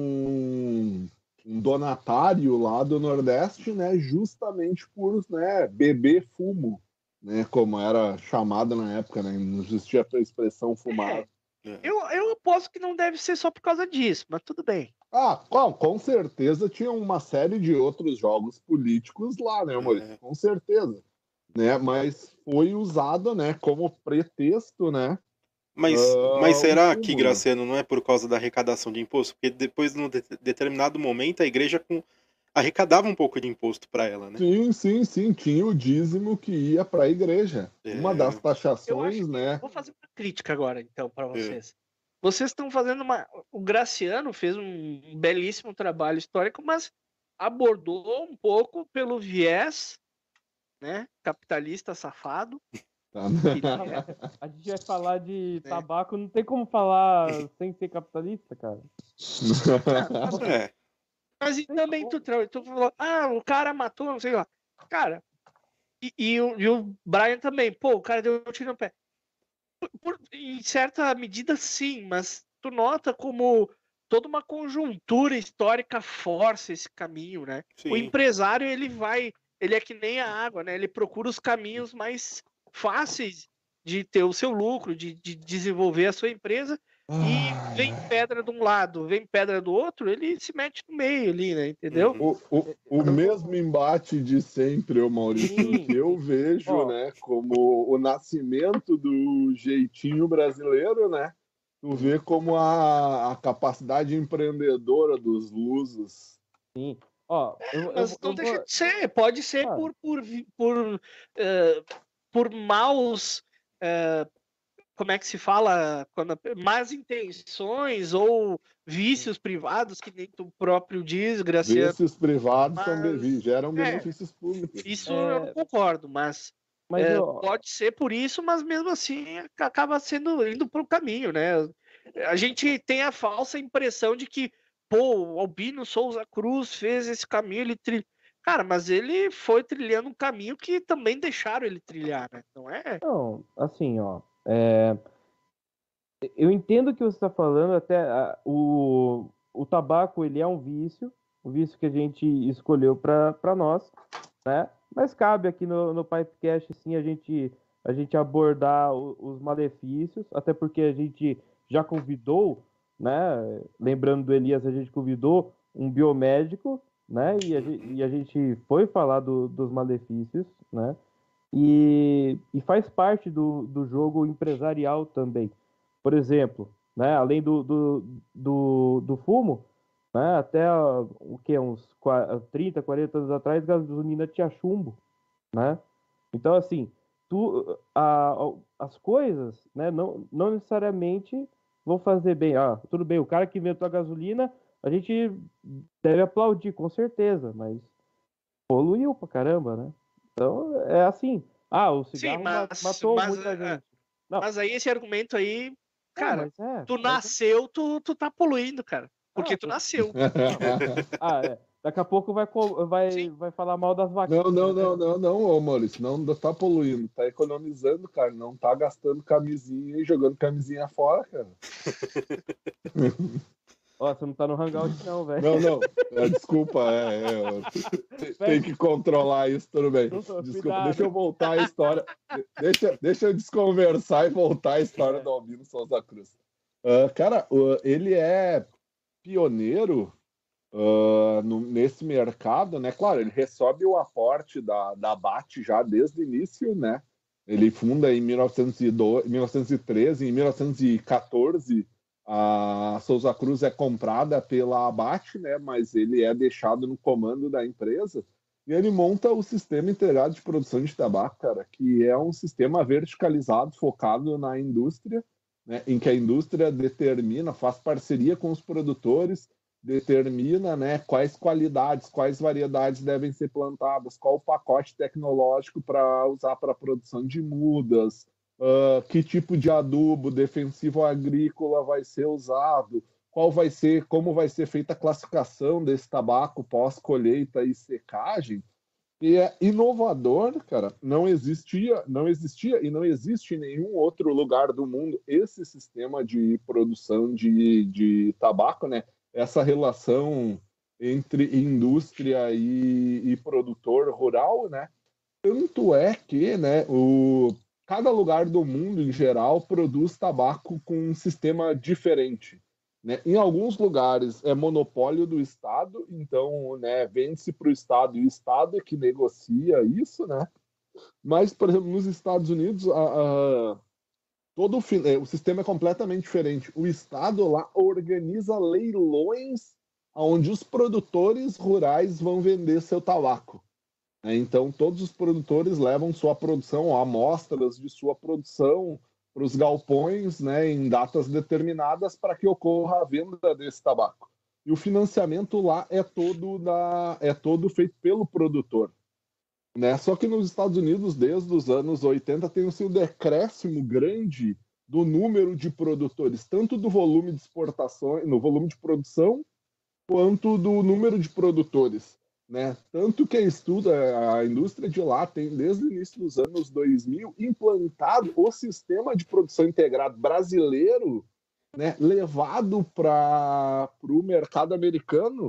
um, um donatário lá do Nordeste, né, justamente por, né, beber fumo, né, como era chamado na época, né, não existia a expressão fumar. É. Eu, eu aposto que não deve ser só por causa disso, mas tudo bem. Ah, com, com certeza tinha uma série de outros jogos políticos lá, né, Maurício? É. Com certeza. Né, mas foi usado, né, como pretexto, né? Mas, Ah, mas será o que, fumo, Graciano, não é por causa da arrecadação de imposto? Porque depois, num de- determinado momento, a igreja com- arrecadava um pouco de imposto para ela, né? Sim, sim, sim. Tinha o dízimo que ia para a igreja. É. Uma das Eu taxações, acho que né? vou fazer uma crítica agora, então, para vocês. Vocês estão fazendo uma. O Graciano fez um belíssimo trabalho histórico, mas abordou um pouco pelo viés, né, capitalista safado. Tá. Que é, A gente vai falar de Né? tabaco, não tem como falar sem ser capitalista, cara. É. Mas e também tu, tra- tu falou, ah, o cara matou, não sei lá. Cara, e, e o, e o Brian também, pô, o cara deu um tiro no pé. Por- por- em certa medida, sim, mas tu nota como toda uma conjuntura histórica força esse caminho, né? O Sim. empresário, ele vai, ele é que nem a água, né? Ele procura os caminhos mais fáceis de ter o seu lucro, de, de desenvolver a sua empresa, e vem pedra de um lado, vem pedra do outro, ele se mete no meio ali, né? Entendeu? O, o, o mesmo embate de sempre, ô Maurício, Sim. que eu vejo, Ó. né, como o nascimento do jeitinho brasileiro, né? Tu vê como a, a capacidade empreendedora dos lusos. Sim. Ó, eu, eu, Mas eu não deixa vou. de ser, pode ser Ah. por, por, vi- por, eh, por maus, eh, como é que se fala, quando, más intenções ou vícios privados, que nem tu próprio diz, Graciano, Esses privados são, be- mas geram é, benefícios públicos. isso eu não É, concordo, mas mas é, eu. pode ser por isso, mas mesmo assim ac- acaba sendo indo para o caminho, né? A gente tem a falsa impressão de que, pô, o Albino Souza Cruz fez esse caminho, ele tri... Cara, mas ele foi trilhando um caminho que também deixaram ele trilhar, né? Não é? Não, assim, ó. é, eu entendo o que você está falando, até ah, o, o tabaco ele é um vício, um vício que a gente escolheu para nós, né? Mas cabe aqui no, no Pipecast, sim, a gente, a gente abordar o- os malefícios, até porque a gente já convidou, né? Lembrando do Elias, a gente convidou um biomédico, né? E a, gente, e a gente foi falar do- dos malefícios, né? E, e faz parte do, do jogo empresarial também. Por exemplo, né, além do, do, do, do fumo, né, até uh, o que, uns qua- trinta, quarenta anos atrás, gasolina tinha chumbo, né? Então, assim, tu, a, a- as coisas, né, não, não necessariamente vão fazer bem. Ah, tudo bem, o cara que inventou a gasolina, a gente deve aplaudir, com certeza, mas poluiu pra caramba, né? Então, é assim. Ah, o Sim, cigarro ma- mas, matou mas, muita ah, gente. Não, mas aí esse argumento aí, não, cara, mas é. tu Mas é. nasceu, tu, tu tá poluindo, cara. Porque Ah, tu tu- nasceu. ah, é. Daqui a pouco vai, co- vai, Sim. vai falar mal das Não, vaquinhas. não, né? não, não, não, ô Maurício, não tá poluindo, tá economizando, cara, não tá gastando camisinha e jogando camisinha fora, cara. Ó, você não tá no Hangout, não, velho. Não, não, é, desculpa, é, é, eu tem que controlar isso, tudo bem. Desculpa, Cuidado. deixa eu voltar à história, de- deixa, deixa eu desconversar e voltar à história do Albino Souza Cruz. Ah, cara, o- ele é pioneiro ah, no- nesse mercado, né? Claro, ele recebe o aporte da, da B A T já desde o início, né? Ele funda em mil novecentos e doze, mil novecentos e treze, em mil novecentos e quatorze a Souza Cruz é comprada pela B A T, né? Mas ele é deixado no comando da empresa e ele monta o sistema integrado de produção de tabaco, cara, que é um sistema verticalizado focado na indústria, né? Em que a indústria determina, faz parceria com os produtores, determina, né, quais qualidades, quais variedades devem ser plantadas, qual o pacote tecnológico para usar para a produção de mudas, uh, que tipo de adubo defensivo agrícola vai ser usado, qual vai ser, como vai ser feita a classificação desse tabaco pós-colheita e secagem. E é inovador, cara. Não existia, não existia e não existe em nenhum outro lugar do mundo esse sistema de produção de, de tabaco, né? Essa relação entre indústria e, e produtor rural, né? Tanto é que, né, o, cada lugar do mundo, em geral, produz tabaco com um sistema diferente. Né? Em alguns lugares é monopólio do Estado, então, né, vende-se para o Estado e o Estado é que negocia isso, né? Mas, por exemplo, nos Estados Unidos, a, a, todo o, o sistema é completamente diferente. O Estado lá organiza leilões onde os produtores rurais vão vender seu tabaco. Então, todos os produtores levam sua produção, amostras de sua produção para os galpões, né, em datas determinadas para que ocorra a venda desse tabaco. E o financiamento lá é todo, da, é todo feito pelo produtor. Né? Só que nos Estados Unidos, desde os anos oitenta, tem um decréscimo grande do número de produtores, tanto do volume de exportação, no volume de produção, quanto do número de produtores. Né? Tanto que estuda a indústria de lá tem, desde o início dos anos dois mil, implantado o sistema de produção integrado brasileiro, né? Levado para o mercado americano,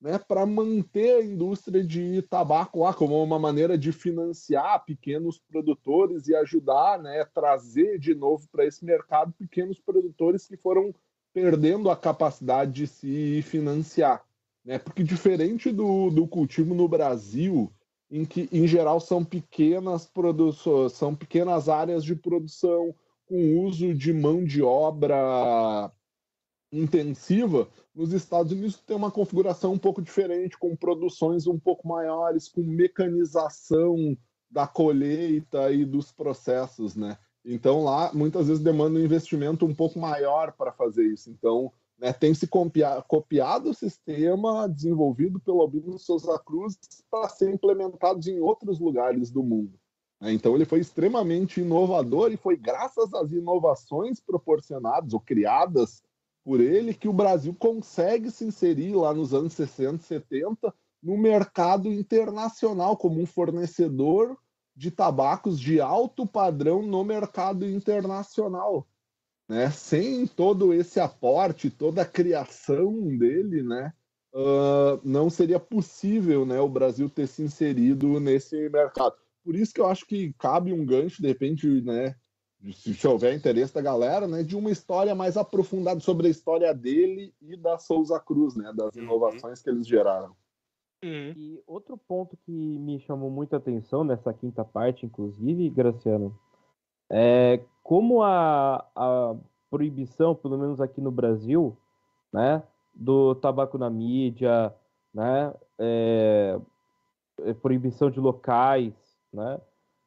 né, para manter a indústria de tabaco lá como uma maneira de financiar pequenos produtores e ajudar, né, trazer de novo para esse mercado pequenos produtores que foram perdendo a capacidade de se financiar, né? Porque diferente do, do cultivo no Brasil, em que em geral são pequenas produções, são pequenas áreas de produção com uso de mão de obra intensiva, nos Estados Unidos tem uma configuração um pouco diferente, com produções um pouco maiores, com mecanização da colheita e dos processos, né? Então lá muitas vezes demanda um investimento um pouco maior para fazer isso. Então, né, tem se copiado o sistema desenvolvido pelo Albino Souza Cruz para ser implementado em outros lugares do mundo. Então ele foi extremamente inovador e foi graças às inovações proporcionadas ou criadas por ele que o Brasil consegue se inserir lá nos anos sessenta, setenta no mercado internacional como um fornecedor de tabacos de alto padrão no mercado internacional, né? Sem todo esse aporte, toda a criação dele, né, uh, não seria possível, né, o Brasil ter se inserido nesse mercado. Por isso que eu acho que cabe um gancho, de repente, né, se houver interesse da galera, né, de uma história mais aprofundada sobre a história dele e da Souza Cruz, né, das inovações que eles geraram. Uhum. E outro ponto que me chamou muita atenção nessa quinta parte, inclusive, Graciano, é como a, a proibição, pelo menos aqui no Brasil, né, do tabaco na mídia, né, é, é proibição de locais, né,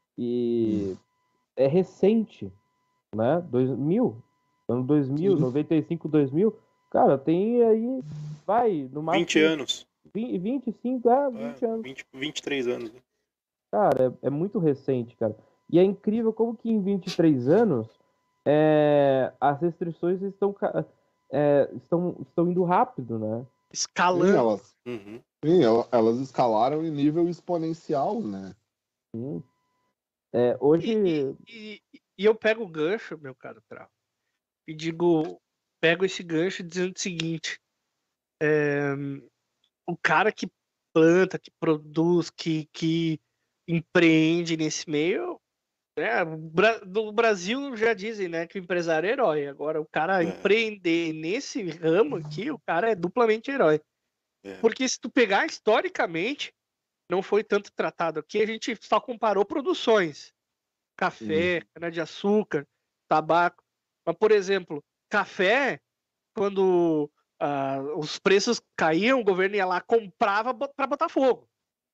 e hum. é recente, né, dois mil, ano dois mil, Sim. noventa e cinco, dois mil, cara, tem aí, vai, no máximo... vinte anos. vinte, vinte e cinco, é, vinte é, anos. vinte, vinte e três anos. Né? Cara, é, é muito recente, cara. E é incrível como que em vinte e três anos é, as restrições estão, é, estão, estão indo rápido, né? Escalando. Sim, elas, uhum. sim, elas escalaram em nível exponencial, né? Sim. É, hoje... E, e, e eu pego o gancho, meu caro Trau, e digo, pego esse gancho dizendo o seguinte, é, o cara que planta, que produz, que, que empreende nesse meio, né, no Brasil já dizem, né, que o empresário é herói. Agora, o cara É. empreender nesse ramo aqui, o cara é duplamente herói. É. Porque se tu pegar historicamente, não foi tanto tratado aqui, a gente só comparou produções. Café, cana-de-açúcar, tabaco. Mas, por exemplo, café, quando uh, os preços caíam, o governo ia lá, comprava para botar fogo.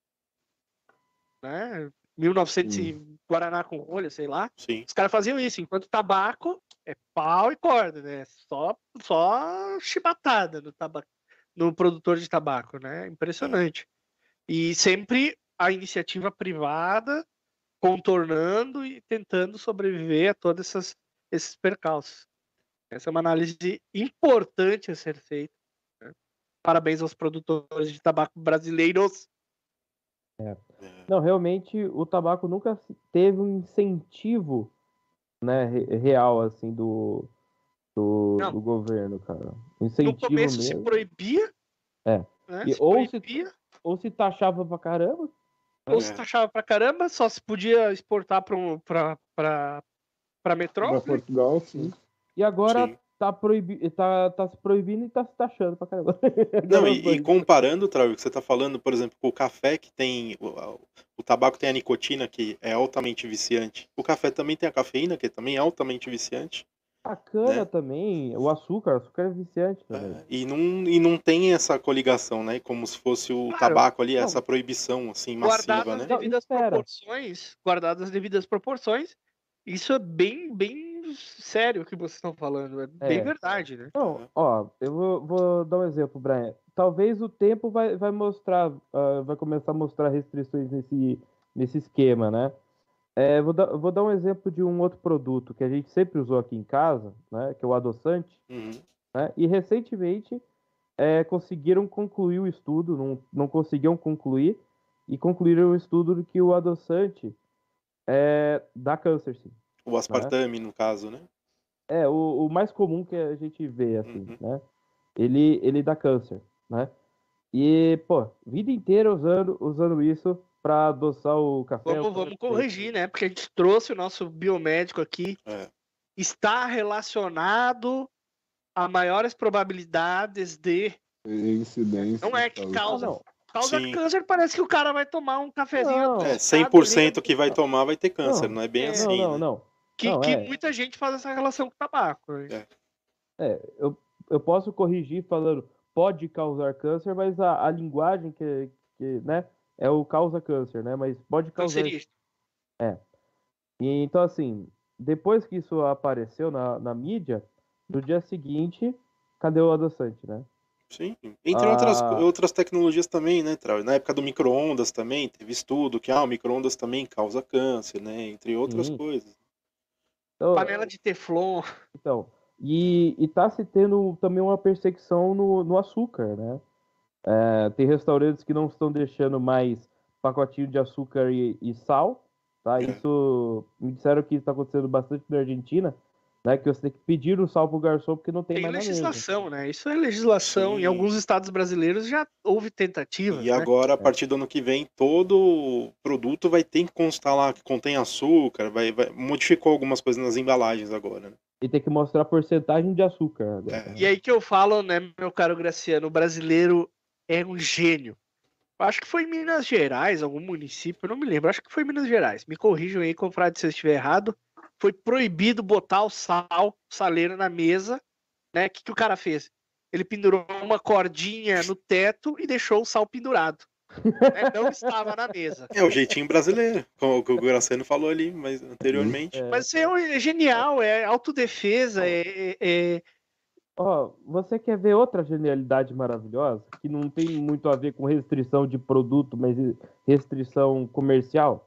Né? mil e novecentos hum. Guaraná com rolha, sei lá. Sim. Os caras faziam isso, enquanto tabaco é pau e corda, né? Só, só chibatada no, tabaco, no produtor de tabaco, né? Impressionante. É. E sempre a iniciativa privada contornando e tentando sobreviver a todos essas, esses percalços. Essa é uma análise importante a ser feita. Né? Parabéns aos produtores de tabaco brasileiros. É. Não, realmente o tabaco nunca teve um incentivo, né, real assim do, do, do governo, cara. Incentivo no começo mesmo. se proibia. É. Né? E se ou, proibia. Se, ou se taxava pra caramba. Ou é. se taxava pra caramba, só se podia exportar pra, pra, pra, pra metrópole. Pra Portugal, sim. E agora sim. Tá, proibi tá, tá se proibindo e tá se taxando pra caramba. Não, e, e comparando, Trau, o que você tá falando, por exemplo, com o café que tem... O, o tabaco tem a nicotina, que é altamente viciante. O café também tem a cafeína, que é também altamente viciante. A cana né? também, o açúcar, o açúcar é viciante também. É, e, não, e não tem essa coligação, né? Como se fosse o claro, tabaco ali, não. essa proibição, assim, massiva, guardadas né? As devidas não, proporções, guardadas as devidas proporções, isso é bem, bem sério o que vocês estão falando, é, é. bem verdade, né? Não, ó, eu vou, vou dar um exemplo, Brian. Talvez o tempo vai, vai mostrar, uh, vai começar a mostrar restrições nesse, nesse esquema, né? É, vou, dar, vou dar um exemplo de um outro produto que a gente sempre usou aqui em casa, né? Que é o adoçante. Uhum. Né? E recentemente é, conseguiram concluir o estudo, não, não conseguiam concluir, e concluíram o estudo de que o adoçante é, dá câncer, sim. O aspartame, né? No caso, né? É, o, o mais comum que a gente vê, assim, uhum. né? Ele, ele dá câncer, né? E, pô, vida inteira usando, usando isso para adoçar o café. Vamos, vamos corrigir, né? Porque a gente trouxe o nosso biomédico aqui. É. Está relacionado a maiores probabilidades de... Incidência. Não é que causa... Ah, não. Causa Sim. câncer, parece que o cara vai tomar um cafezinho Não. É, adocicado cem por ali, cento que vai tomar vai ter câncer, Não, não, é bem é, assim, não, não, né? não. Que, Não, que é. muita gente faz essa relação com o tabaco. né? É. É, eu, eu posso corrigir falando pode causar câncer, mas a, a linguagem que, que, né, é o causa câncer, né? Mas pode causar. Cancerígeno. E, então, assim, depois que isso apareceu na, na mídia, no dia seguinte, cadê o adoçante, né? Sim. Entre Ah. outras, outras tecnologias também, né, Trau? Na época do micro-ondas também, teve estudo que ah, o micro-ondas também causa câncer, né? Entre outras Sim. coisas. Então, Panela de teflon. então e, e tá se tendo também uma perseguição no, no açúcar, né? É, tem restaurantes que não estão deixando mais pacotinho de açúcar e, e sal, tá? É. Isso me disseram que está acontecendo bastante na Argentina, né? Que você tem que pedir o sal pro garçom porque não tem, Tem mais na mesa. legislação, né? Isso é legislação. Sim. Em alguns estados brasileiros já houve tentativas, E né? agora, a partir do ano que vem, todo produto vai ter que constar lá que contém açúcar, vai, vai modificou algumas coisas nas embalagens agora, né? E tem que mostrar a porcentagem de açúcar agora. É. E aí que eu falo, né, meu caro Graciano, o brasileiro é um gênio. Eu acho que foi em Minas Gerais, algum município, eu não me lembro, acho que foi em Minas Gerais. Me corrijam aí, confrade, se eu estiver errado. Foi proibido botar o sal, saleiro na mesa, né? O que, que o cara fez? Ele pendurou uma cordinha no teto e deixou o sal pendurado. Né? Não estava na mesa. É o jeitinho brasileiro, como o que o Graciano falou ali, mas anteriormente. É. Mas é, é genial, é autodefesa, é, é, Ó, você quer ver outra genialidade maravilhosa que não tem muito a ver com restrição de produto, mas restrição comercial?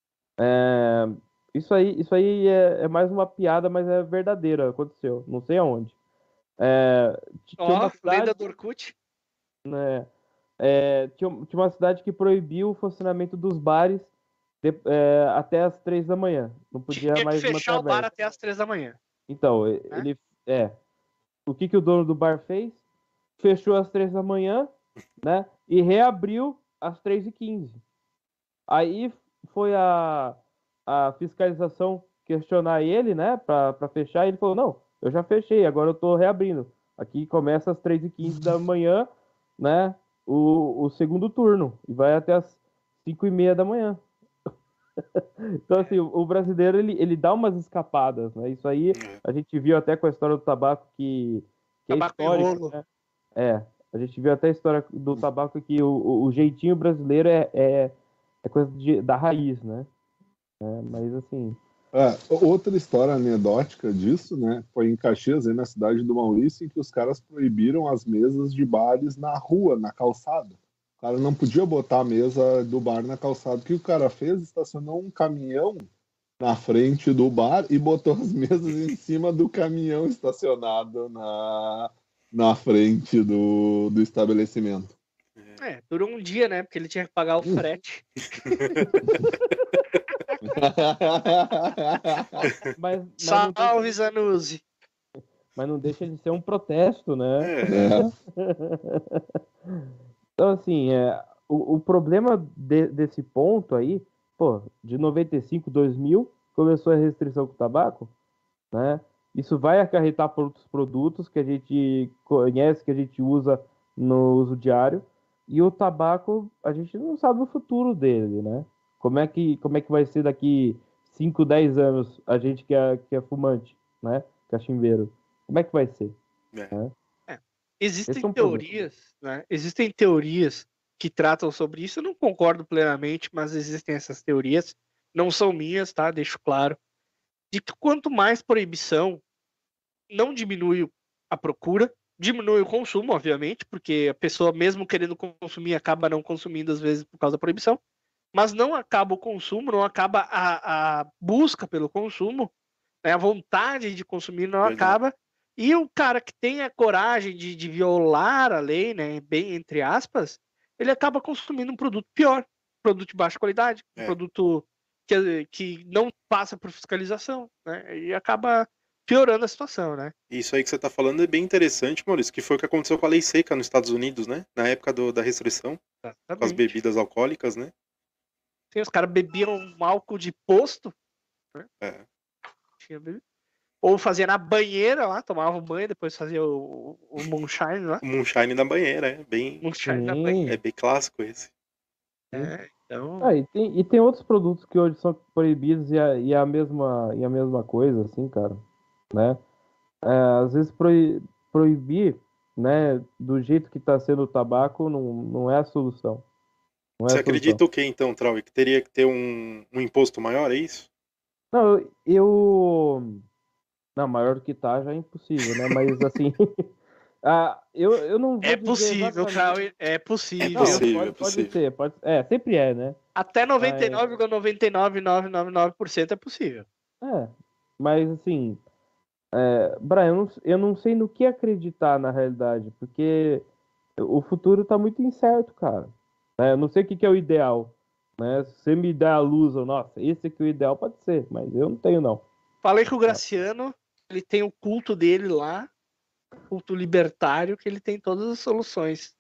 É, isso aí, isso aí é, é mais uma piada, mas é verdadeira, aconteceu, não sei aonde. É, tinha ó, uma cidade, lenda do Orkut. né, é, tinha, tinha uma cidade que proibiu o funcionamento dos bares de- é, até as três da manhã. Não podia Tinha que mais manter fechar o bar aberto. até as três da manhã. Então, ele é. O que, que o dono do bar fez? Fechou às três da manhã, né? E reabriu às três e quinze. Aí foi a, a fiscalização questionar ele, né? Pra, pra fechar. E ele falou: não, eu já fechei, agora eu tô reabrindo. Aqui começa às três e quinze da manhã, né? O, o segundo turno. E vai até às cinco e meia da manhã. Então, assim, o, o brasileiro, ele, ele dá umas escapadas, né? Isso aí a gente viu até com a história do tabaco que, que é Tabaco em histórico, rolo. né? É, a gente viu até a história do tabaco que o, o, o jeitinho brasileiro é, é, é coisa de, da raiz, né? É, mas, assim... É, outra história anedótica disso, né, foi em Caxias, aí na cidade do Maurício, em que os caras proibiram as mesas de bares na rua, na calçada. O cara não podia botar a mesa do bar na calçada. O que o cara fez? Estacionou um caminhão na frente do bar e botou as mesas em cima do caminhão estacionado na, na frente do, do estabelecimento. É, durou um dia, né? Porque ele tinha que pagar o frete. Mas, mas, não Salve, deixa, Zanuzzi. mas não deixa de ser um protesto, né? É, Então, assim, é, o, o problema de- desse ponto aí, pô, de noventa e cinco, dois mil, começou a restrição com o tabaco, né? Isso vai acarretar por outros produtos que a gente conhece, que a gente usa no uso diário, e o tabaco, a gente não sabe o futuro dele, né? Como é que, como é que vai ser daqui cinco, dez anos, a gente que é, que é fumante, né? Cachimbeiro. Como é que vai ser? é. Existem Esse é um problema. teorias, né? Existem teorias que tratam sobre isso. Eu não concordo plenamente, mas existem essas teorias. Não são minhas, tá? Deixo claro. De que quanto mais proibição, não diminui a procura, diminui o consumo, obviamente, porque a pessoa, mesmo querendo consumir, acaba não consumindo às vezes por causa da proibição. Mas não acaba o consumo, não acaba a, a busca pelo consumo, né? A vontade de consumir não Verdade. acaba. E o cara que tem a coragem de, de violar a lei, né, bem entre aspas, ele acaba consumindo um produto pior, um produto de baixa qualidade, um É. produto que, que não passa por fiscalização, né, e acaba piorando a situação, né? Isso aí que você tá falando é bem interessante, Maurício, que foi o que aconteceu com a lei seca nos Estados Unidos, né? Na época do, da restrição, com as Exatamente. bebidas alcoólicas, né? Sim, os caras bebiam um álcool de posto, né? É. Tinha bebido. Ou fazia na banheira lá, tomava um banho, depois fazia o, o moonshine lá. O moonshine na banheira, é bem, Moonshine na Sim. banheira. é bem clássico esse. É, então... Ah, e tem, e tem outros produtos que hoje são proibidos e é, e é a, mesma, e a mesma coisa, assim, cara, né? É, às vezes proi- proibir, né, do jeito que está sendo o tabaco não, não é a solução. Não é Você a solução. acredita o que então, Trau? Que teria que ter um, um imposto maior, é isso? Não, eu, eu... Não, maior do que tá já é impossível, né? Mas assim... ah, eu, eu não vou É dizer possível, exatamente... Crowley, é possível. Não, possível, pode, é pode possível. ser, pode... É, sempre é, né? Até noventa e nove vírgula noventa e nove nove nove nove por cento é possível. É, mas assim... É, Brian, eu não, eu não sei no que acreditar na realidade, porque o futuro tá muito incerto, cara. Né? Eu não sei o que, que é o ideal. Né? Se você me der a luz, ou nossa, esse aqui é o ideal, pode ser, mas eu não tenho, não. Falei que o Graciano, ele tem o culto dele lá, culto libertário, que ele tem todas as soluções.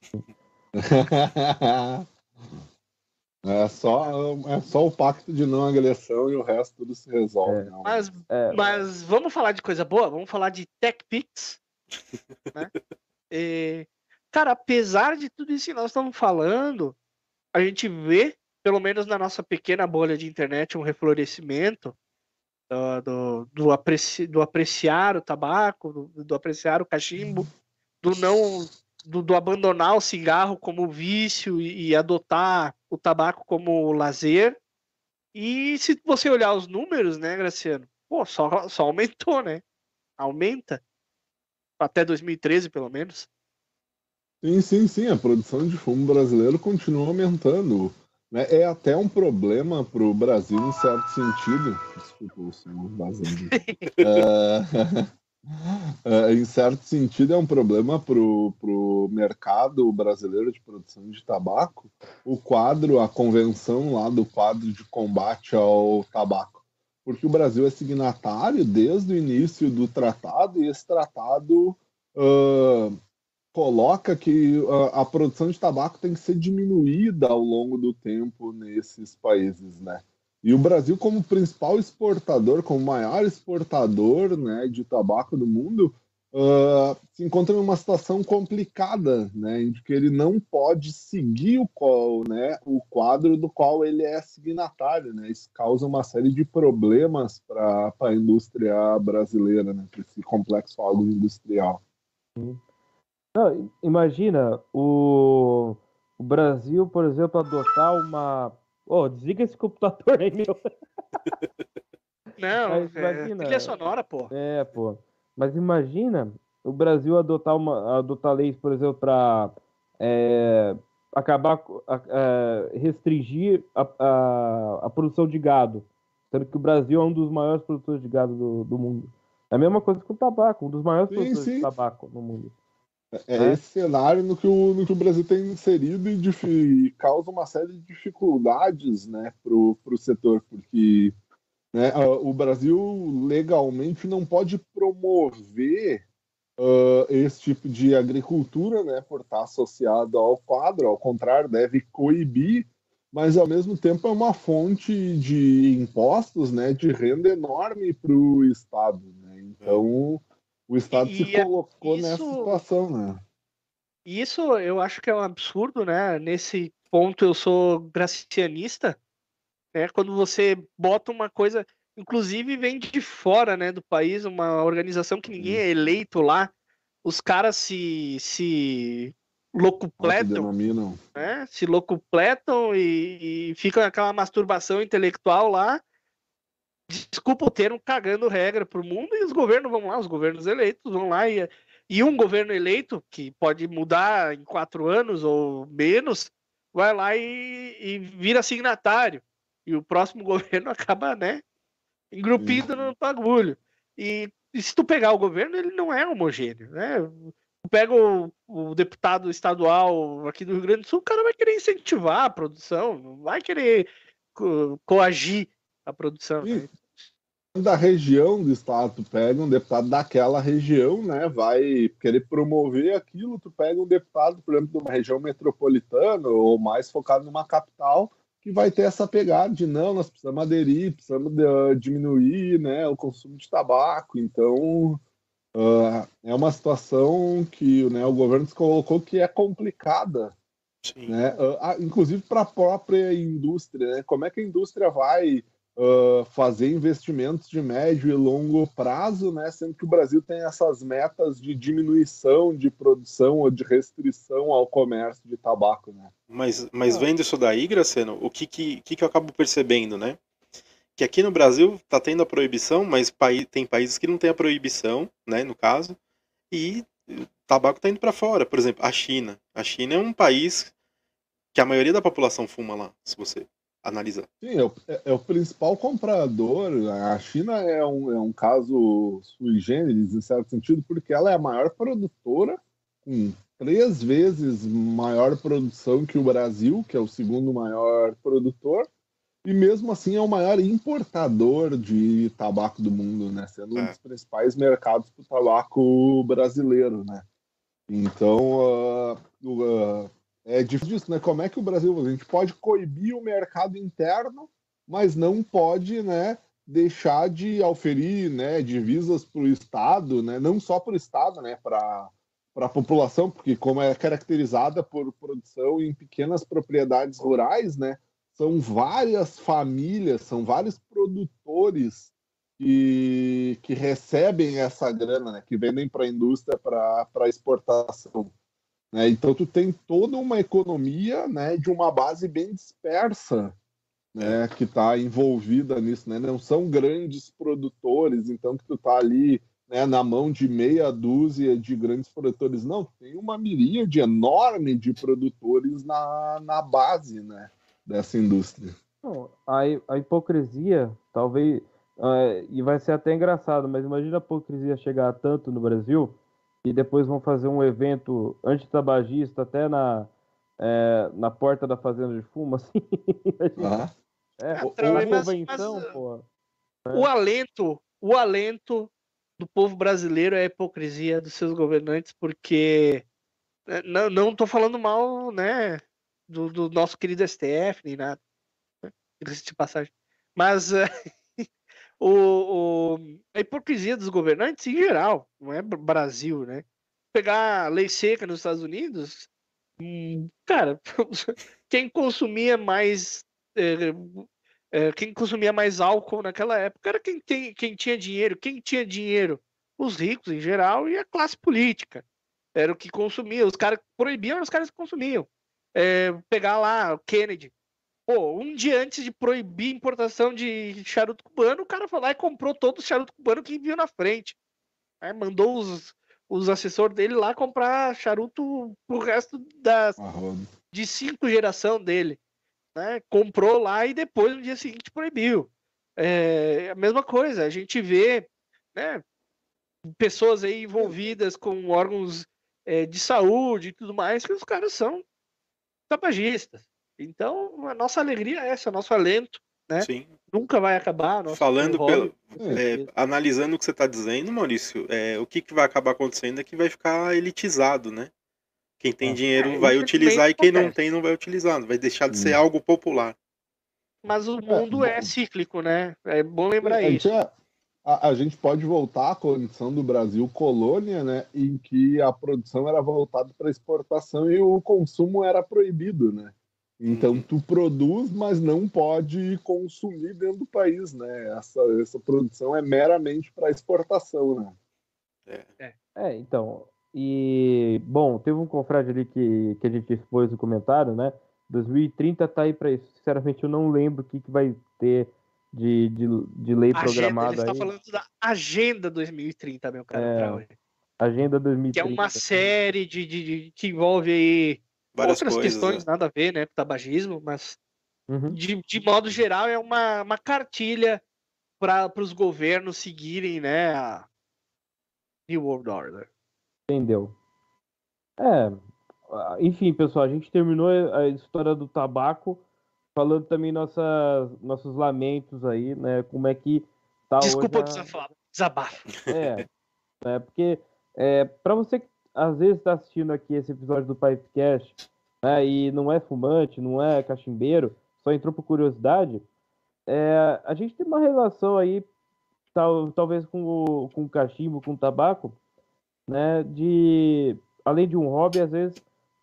É só, é só o pacto de não agressão e o resto tudo se resolve. É. Não. Mas, É, mas vamos falar de coisa boa? Vamos falar de TechPix, né? E, cara, apesar de tudo isso que nós estamos falando, a gente vê, pelo menos na nossa pequena bolha de internet, um reflorescimento do, do, do, apreci, do apreciar o tabaco, do, do apreciar o cachimbo, do não do, do abandonar o cigarro como vício e, e adotar o tabaco como lazer. E se você olhar os números, né, Graciano? Pô, só, só aumentou, né? Aumenta. Até dois mil e treze, pelo menos. Sim, sim, sim. A produção de fumo brasileiro continua aumentando. Né? É até um problema para o Brasil, em certo sentido. Desculpa o som vazando. É, é, em certo sentido, é um problema para o mercado brasileiro de produção de tabaco. O quadro, a convenção lá do quadro de combate ao tabaco. Porque o Brasil é signatário desde o início do tratado, e esse tratado uh, coloca que a, a produção de tabaco tem que ser diminuída ao longo do tempo nesses países, né? E o Brasil, como principal exportador, como maior exportador, né, de tabaco do mundo, uh, se encontra em uma situação complicada, né, em que ele não pode seguir o, qual, né, o quadro do qual ele é signatário, né? Isso causa uma série de problemas para a indústria brasileira, né, para esse complexo agroindustrial. Não, imagina o, o Brasil, por exemplo, adotar uma... Oh, desliga esse computador aí, meu. Não, Mas é imagina- trilha sonora, pô. É, pô. Mas imagina o Brasil adotar, uma, adotar leis, por exemplo, para acabar, co- a- é, restringir a, a, a produção de gado. Sendo que o Brasil é um dos maiores produtores de gado do, do mundo. É a mesma coisa com o tabaco, um dos maiores Sim, produtores sim. de tabaco no mundo. É né? esse cenário no que, o, no que o Brasil tem inserido e, dif- e causa uma série de dificuldades, né, para o setor, porque, né, a- o Brasil legalmente não pode promover ah, esse tipo de agricultura, né, por estar associado ao quadro, ao contrário, deve coibir, mas ao mesmo tempo é uma fonte de impostos, né, de renda enorme para o Estado, né? Então o Estado E- se e é- colocou isso- nessa situação, né? Isso eu acho que é um absurdo, né? Nesse ponto eu sou gracianista, né? Quando você bota uma coisa, inclusive vem de fora, né, do país, uma organização que ninguém é eleito lá, os caras se se locupletam, Autodenominam. né? Se locupletam e, e ficam aquela masturbação intelectual lá. Desculpa o termo, cagando regra pro mundo, e os governos vão lá, os governos eleitos vão lá, e, e um governo eleito, que pode mudar em quatro anos ou menos, vai lá e, e vira signatário. E o próximo governo acaba, né, engrupido no bagulho. E, e se tu pegar o governo, ele não é homogêneo, né? Pega o, o deputado estadual aqui do Rio Grande do Sul, o cara vai querer incentivar a produção, não vai querer co- coagir a produção. E, Né? da região do estado, tu pega um deputado daquela região, né, vai querer promover aquilo, tu pega um deputado, por exemplo, de uma região metropolitana ou mais focado numa capital, que vai ter essa pegada de não, nós precisamos aderir, precisamos de, uh, diminuir, né, o consumo de tabaco. Então, uh, é uma situação que, né, o governo se colocou que é complicada, né, uh, inclusive para a própria indústria, né, como é que a indústria vai Uh, fazer investimentos de médio e longo prazo, né, sendo que o Brasil tem essas metas de diminuição de produção ou de restrição ao comércio de tabaco, né? Mas, mas vendo isso daí, Graceno, o que, que, que eu acabo percebendo, né? Que aqui no Brasil tá tendo a proibição, mas tem países que não tem a proibição, né, no caso, e o tabaco tá indo para fora. Por exemplo, a China. A China é um país que a maioria da população fuma lá, se você analisar. Sim, é o, é, é o principal comprador. A China é um, é um caso sui generis, em certo sentido, porque ela é a maior produtora, com três vezes maior produção que o Brasil, que é o segundo maior produtor, e mesmo assim é o maior importador de tabaco do mundo, né? Sendo um dos principais mercados para o tabaco brasileiro, né? Então, uh, uh, é difícil, né? Como é que o Brasil, a gente pode coibir o mercado interno, mas não pode, né, deixar de auferir, né, divisas para o Estado, né? Não só para o Estado, né, para para a população, porque como é caracterizada por produção em pequenas propriedades rurais, né? São várias famílias, são vários produtores que, que recebem essa grana, né? Que vendem para a indústria para exportação. Né? Então, tu tem toda uma economia, né, de uma base bem dispersa, né, que está envolvida nisso. Né? Não são grandes produtores, então que tu está ali, né, na mão de meia dúzia de grandes produtores. Não, tem uma miríade enorme de produtores na, na base, né, dessa indústria. Não, a, a hipocrisia, talvez, uh, e vai ser até engraçado, mas imagina a hipocrisia chegar tanto no Brasil e depois vão fazer um evento antitabagista até na, é, na porta da fazenda de fumo, assim. Ah. É, Ah, ou mas- convenção, mas, pô. O alento, o alento do povo brasileiro é a hipocrisia dos seus governantes, porque né, não, não tô falando mal, né, do, do nosso querido S T F, nem nada, né, diga-se de passagem. Mas eh, o, o- a hipocrisia dos governantes em geral, não é Br- Brasil, né? Pegar a lei seca nos Estados Unidos, hum, cara, quem consumia mais eh, eh, quem consumia mais álcool naquela época era quem, tem, quem tinha dinheiro. Quem tinha dinheiro? Os ricos em geral e a classe política. Era o que consumia. Os caras proibiam, os caras consumiam. É, pegar lá o Kennedy. Pô, um dia antes de proibir importação de charuto cubano, o cara foi lá e comprou todo o charuto cubano que viu na frente. Aí mandou os, os assessores dele lá comprar charuto pro resto das, de cinco geração dele. Né? Comprou lá e depois no dia seguinte proibiu. É a mesma coisa, a gente vê, né, pessoas aí envolvidas com órgãos é, de saúde e tudo mais, que os caras são tabagistas. Então, a nossa alegria é essa, o nosso alento, né? Sim. Nunca vai acabar. Nosso Falando pelo, é, é, analisando o que você está dizendo, Maurício, é, o que, que vai acabar acontecendo é que vai ficar elitizado, né? Quem tem Ah. dinheiro É, vai utilizar e quem não acontece. tem não vai utilizar, vai deixar de ser Hum. algo popular. Mas o mundo é, bom. cíclico, né? É bom lembrar A gente, isso. é- a, a gente pode voltar à condição do Brasil colônia, né, em que a produção era voltada para exportação e o consumo era proibido, né? Então Uhum. tu produz, mas não pode consumir dentro do país, né? Essa, essa produção é meramente para exportação, né? É, então. E, bom, teve um confrade ali que, que a gente expôs no comentário, né? dois mil e trinta tá aí para isso. Sinceramente, eu não lembro o que, que vai ter de, de, de lei Agenda, ele programada está aí. falando da Agenda dois mil e trinta, meu caro É, Trauer. Agenda dois mil e Que é trinta. uma série de, de, de- que envolve aí Várias outras coisas. questões, É. nada a ver, né, com tabagismo, mas Uhum. de, de modo geral é uma, uma cartilha para os governos seguirem, né, a New World Order. Entendeu? É, enfim, pessoal, a gente terminou a história do tabaco, falando também nossas, nossos lamentos aí, né? Como é que tá Desculpa o hoje a- desaforo, desabafo. É, é porque é, para você que às vezes está assistindo aqui esse episódio do Pipecast, né, e não é fumante, não é cachimbeiro, só entrou por curiosidade, é, a gente tem uma relação aí, tal, talvez com o, com o cachimbo, com o tabaco, né, de, além de um hobby, às vezes,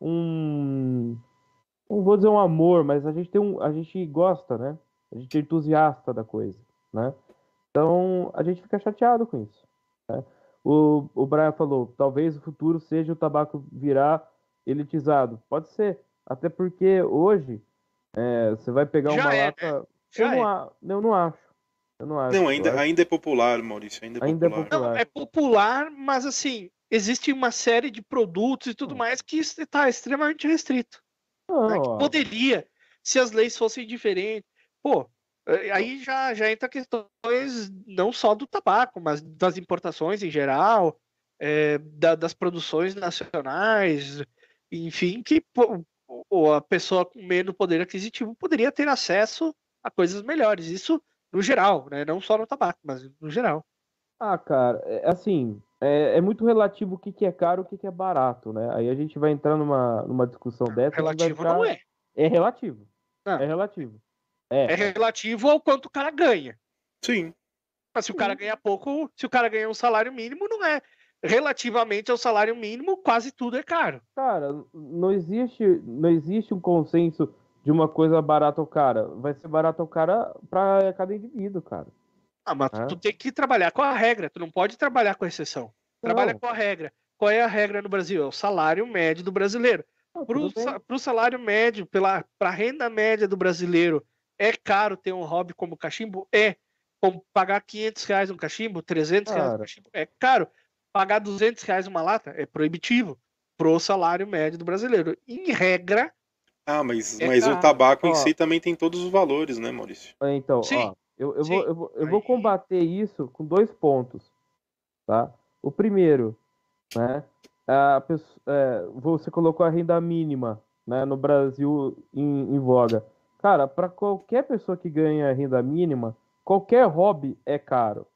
um, não vou dizer um amor, mas a gente tem um, a gente gosta, né, a gente é entusiasta da coisa, né, então a gente fica chateado com isso, né. O, o Brian falou, talvez o futuro seja o tabaco virar elitizado. Pode ser, até porque hoje é, você vai pegar Já uma é, lata. né? Eu Já não, é. a- eu não acho. Eu não acho. Não, Eu ainda, acho- ainda é popular, Maurício, ainda é Ainda é popular. popular. Não, é popular, mas assim, existe uma série de produtos e tudo Hum. mais que está extremamente restrito. Não, Né? Que ó, poderia, se as leis fossem diferentes. Pô, eh, aí já, já entra questões não só do tabaco, mas das importações em geral, eh, da- das produções nacionais, enfim, que pô, o- a pessoa com menos poder aquisitivo poderia ter acesso a coisas melhores. Isso no geral, né? Não só no tabaco, mas no geral. ah, cara, é, assim, é, é muito relativo o que, que é caro e o que, que é barato, né? Aí a gente vai entrar numa, numa discussão dessa que vai Relativo ficar. não é. É relativo. Não. É relativo. É É. relativo ao quanto o cara ganha. Sim. Mas se o cara ganha pouco, se o cara ganha um salário mínimo, não é. Relativamente ao salário mínimo, quase tudo é caro. Cara, não existe, não existe um consenso de uma coisa barata ou cara. Vai ser barato ou cara para cada indivíduo, cara. Ah, mas Hã? tu tem que trabalhar com a regra, tu não pode trabalhar com a exceção. Trabalha Não. com a regra. Qual é a regra no Brasil? É o salário médio do brasileiro. Ah, Para tudo bem. o salário médio, para a renda média do brasileiro, é caro ter um hobby como cachimbo? É. Como pagar quinhentos reais um cachimbo, trezentos reais um Cara. cachimbo? É caro. Pagar duzentos reais uma lata? É proibitivo. Pro salário médio do brasileiro. Em regra, Ah, mas, É mas o caro. tabaco em Ó. si também tem todos os valores, né, Maurício? Então, sim. ó, eu, eu, vou, sim. eu, vou, eu vou Aí- combater isso com dois pontos, tá? O primeiro, né? A pessoa, é, você colocou a renda mínima, né, no Brasil em, em voga. Cara, para qualquer pessoa que ganha renda mínima, qualquer hobby é caro,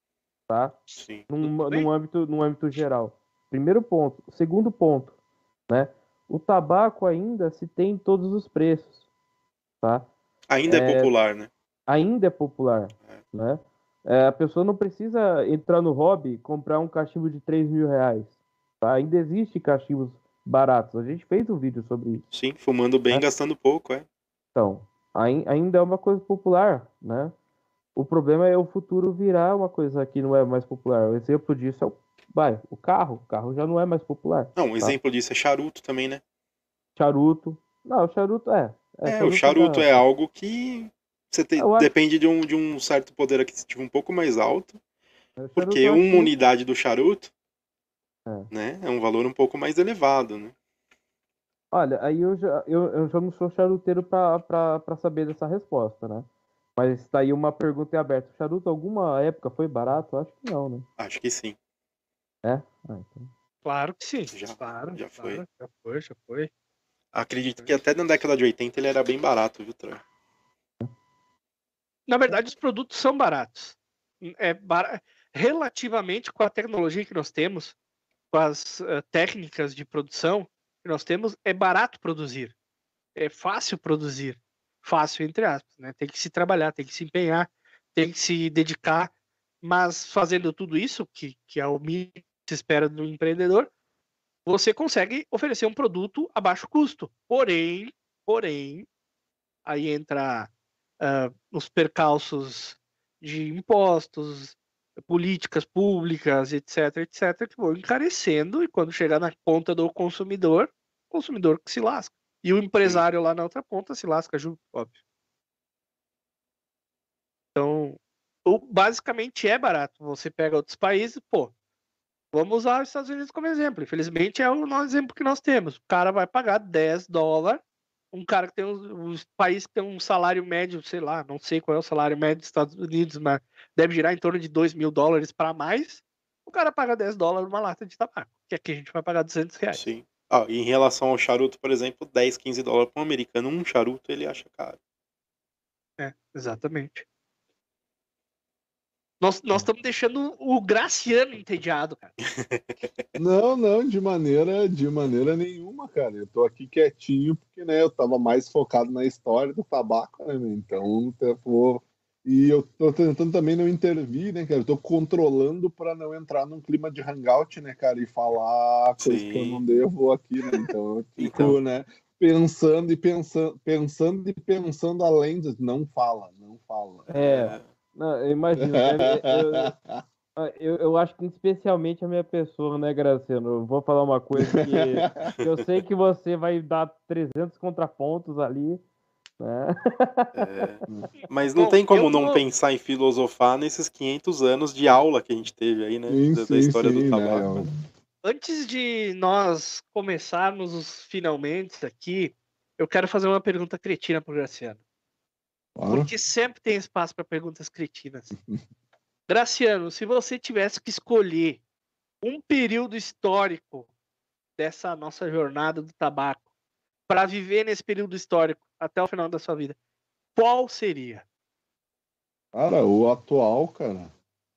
tá? Sim. Num, Tudo bem. num âmbito, num âmbito geral. Primeiro ponto. Segundo ponto, né? O tabaco ainda se tem em todos os preços, tá? Ainda é, popular, né? Ainda é popular, É. né? É, a pessoa não precisa entrar no hobby e comprar um cachimbo de três mil reais, tá? Ainda existe cachimbos baratos. A gente fez um vídeo sobre isso. Sim, fumando bem, É. gastando pouco, é. Então, ai- ainda é uma coisa popular, né? O problema é o futuro virar uma coisa que não é mais popular. O exemplo disso é o, vai, o carro. O carro já não é mais popular. Não, um tá? exemplo disso é charuto também, né? Charuto. Não, o charuto é. É, o charuto já- é algo que você te- Eu acho- depende de um, de um certo poder aquisitivo um pouco mais alto, o charuto porque eu acho uma muito- unidade do charuto, É. né, é um valor um pouco mais elevado, né? Olha, aí eu já, eu, eu já não sou charuteiro pra, pra, pra saber dessa resposta, né? Mas tá aí uma pergunta em aberto. O charuto, alguma época foi barato? Acho que não, né? Acho que sim. É? Ah, então. Claro que sim. Já- claro, já foi. claro, já foi, já foi. Acredito que até na década de oitenta ele era bem barato, viu, Troy? Na verdade, os produtos são baratos. É bar... Relativamente com a tecnologia que nós temos, com as uh, técnicas de produção que nós temos, é barato produzir. É fácil produzir. Fácil, entre aspas, né? Tem que se trabalhar, tem que se empenhar, tem que se dedicar. Mas fazendo tudo isso, que, que é o mínimo que se espera do empreendedor, você consegue oferecer um produto a baixo custo. Porém, porém, aí entra uh, os percalços de impostos, políticas públicas, etc, etc, que vão encarecendo, e quando chegar na ponta do consumidor, o consumidor que se lasca. E o empresário lá na outra ponta se lasca junto, óbvio. Então, o, basicamente é barato. Você pega outros países, pô, vamos usar os Estados Unidos como exemplo. Infelizmente é o nosso exemplo que nós temos. O cara vai pagar dez dólares, um cara que tem um, um país que tem um salário médio, sei lá, não sei qual é o salário médio dos Estados Unidos, mas deve girar em torno de dois mil dólares para mais. O cara paga dez dólares numa lata de tabaco, que aqui a gente vai pagar duzentos reais. Sim. Ah, e em relação ao charuto, por exemplo, dez, quinze dólares para um americano, um charuto ele acha caro. É, exatamente. Nós nós estamos deixando o Graciano entediado, cara. Não, não, de maneira, de maneira nenhuma, cara. Eu tô aqui quietinho porque, né, eu tava mais focado na história do tabaco, né, meu? Então, eu vou... E eu tô tentando também não intervir, né, cara? Eu tô controlando para não entrar num clima de hangout, né, cara? E falar coisas que eu não Sim. devo aqui, né? Então, eu fico, Então. né, pensando e pensando, pensando e pensando além de... Não fala, não fala. É, não, eu imagino, deve- eu, Ah, Eu, eu acho que especialmente a minha pessoa, né, Graciano? Eu vou falar uma coisa que, que eu sei que você vai dar trezentos contrapontos ali, né? É. Mas não Bom, tem como eu não vou. pensar em filosofar nesses quinhentos anos de aula que a gente teve aí, né? Sim, Da, da sim, história do sim, né? tabaco. Antes de nós começarmos os finalmente aqui, eu quero fazer uma pergunta cretina pro Graciano. Claro. Porque sempre tem espaço para perguntas cretinas. Graciano, se você tivesse que escolher um período histórico dessa nossa jornada do tabaco para viver nesse período histórico até o final da sua vida, qual seria? Cara, o atual, cara.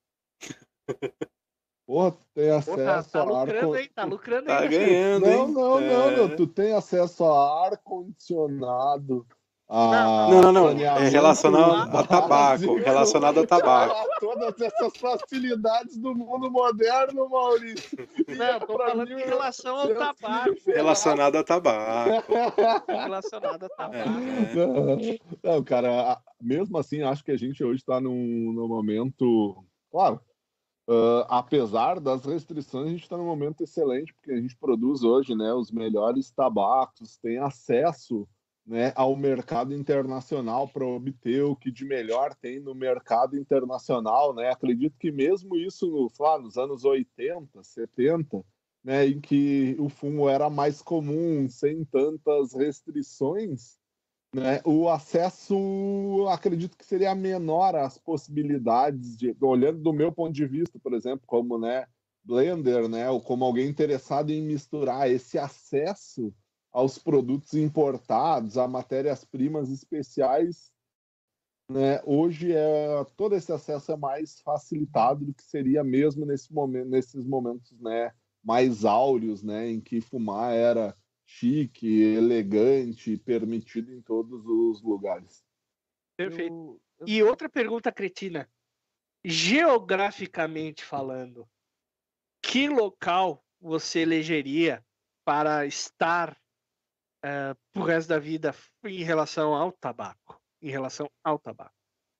Porra, tu tem Pô, tá, acesso tá a ar... lucrando, con- hein? Tá tu- lucrando, hein, Tá Graciano? ganhando, Não, hein? não, não, meu. É. Tu tem acesso a ar-condicionado, Não, não, Não, a não, não. não. Vamos, É vamos saneamento relacionado falar. a tabaco. básico, Relacionado a tabaco. a todas essas facilidades do mundo moderno, Maurício. E Não, é tô pra falando mim em relação ao ser tabaco. ferrado. Relacionado a tabaco. Relacionado a tabaco. É. Não, não, cara, a- mesmo assim, acho que a gente hoje está num, num momento. Claro, ah, apesar das restrições, a gente está num momento excelente, porque a gente produz hoje, né, os melhores tabacos, tem acesso, né, ao mercado internacional para obter o que de melhor tem no mercado internacional, né? Acredito que mesmo isso no, sei lá, nos anos oitenta, setenta, né, em que o fumo era mais comum, sem tantas restrições, né, o acesso, acredito que seria menor às possibilidades de, olhando do meu ponto de vista, por exemplo, como, né, blender, né, ou como alguém interessado em misturar esse acesso aos produtos importados, a matérias-primas especiais, né, hoje é todo esse acesso é mais facilitado do que seria mesmo nesse momento, nesses momentos, né, mais áureos, né, em que fumar era chique, elegante, permitido em todos os lugares. Perfeito. Eu, eu- E outra pergunta cretina. Geograficamente falando, que local você elegeria para estar uh, pro resto da vida em relação ao tabaco? Em relação ao tabaco.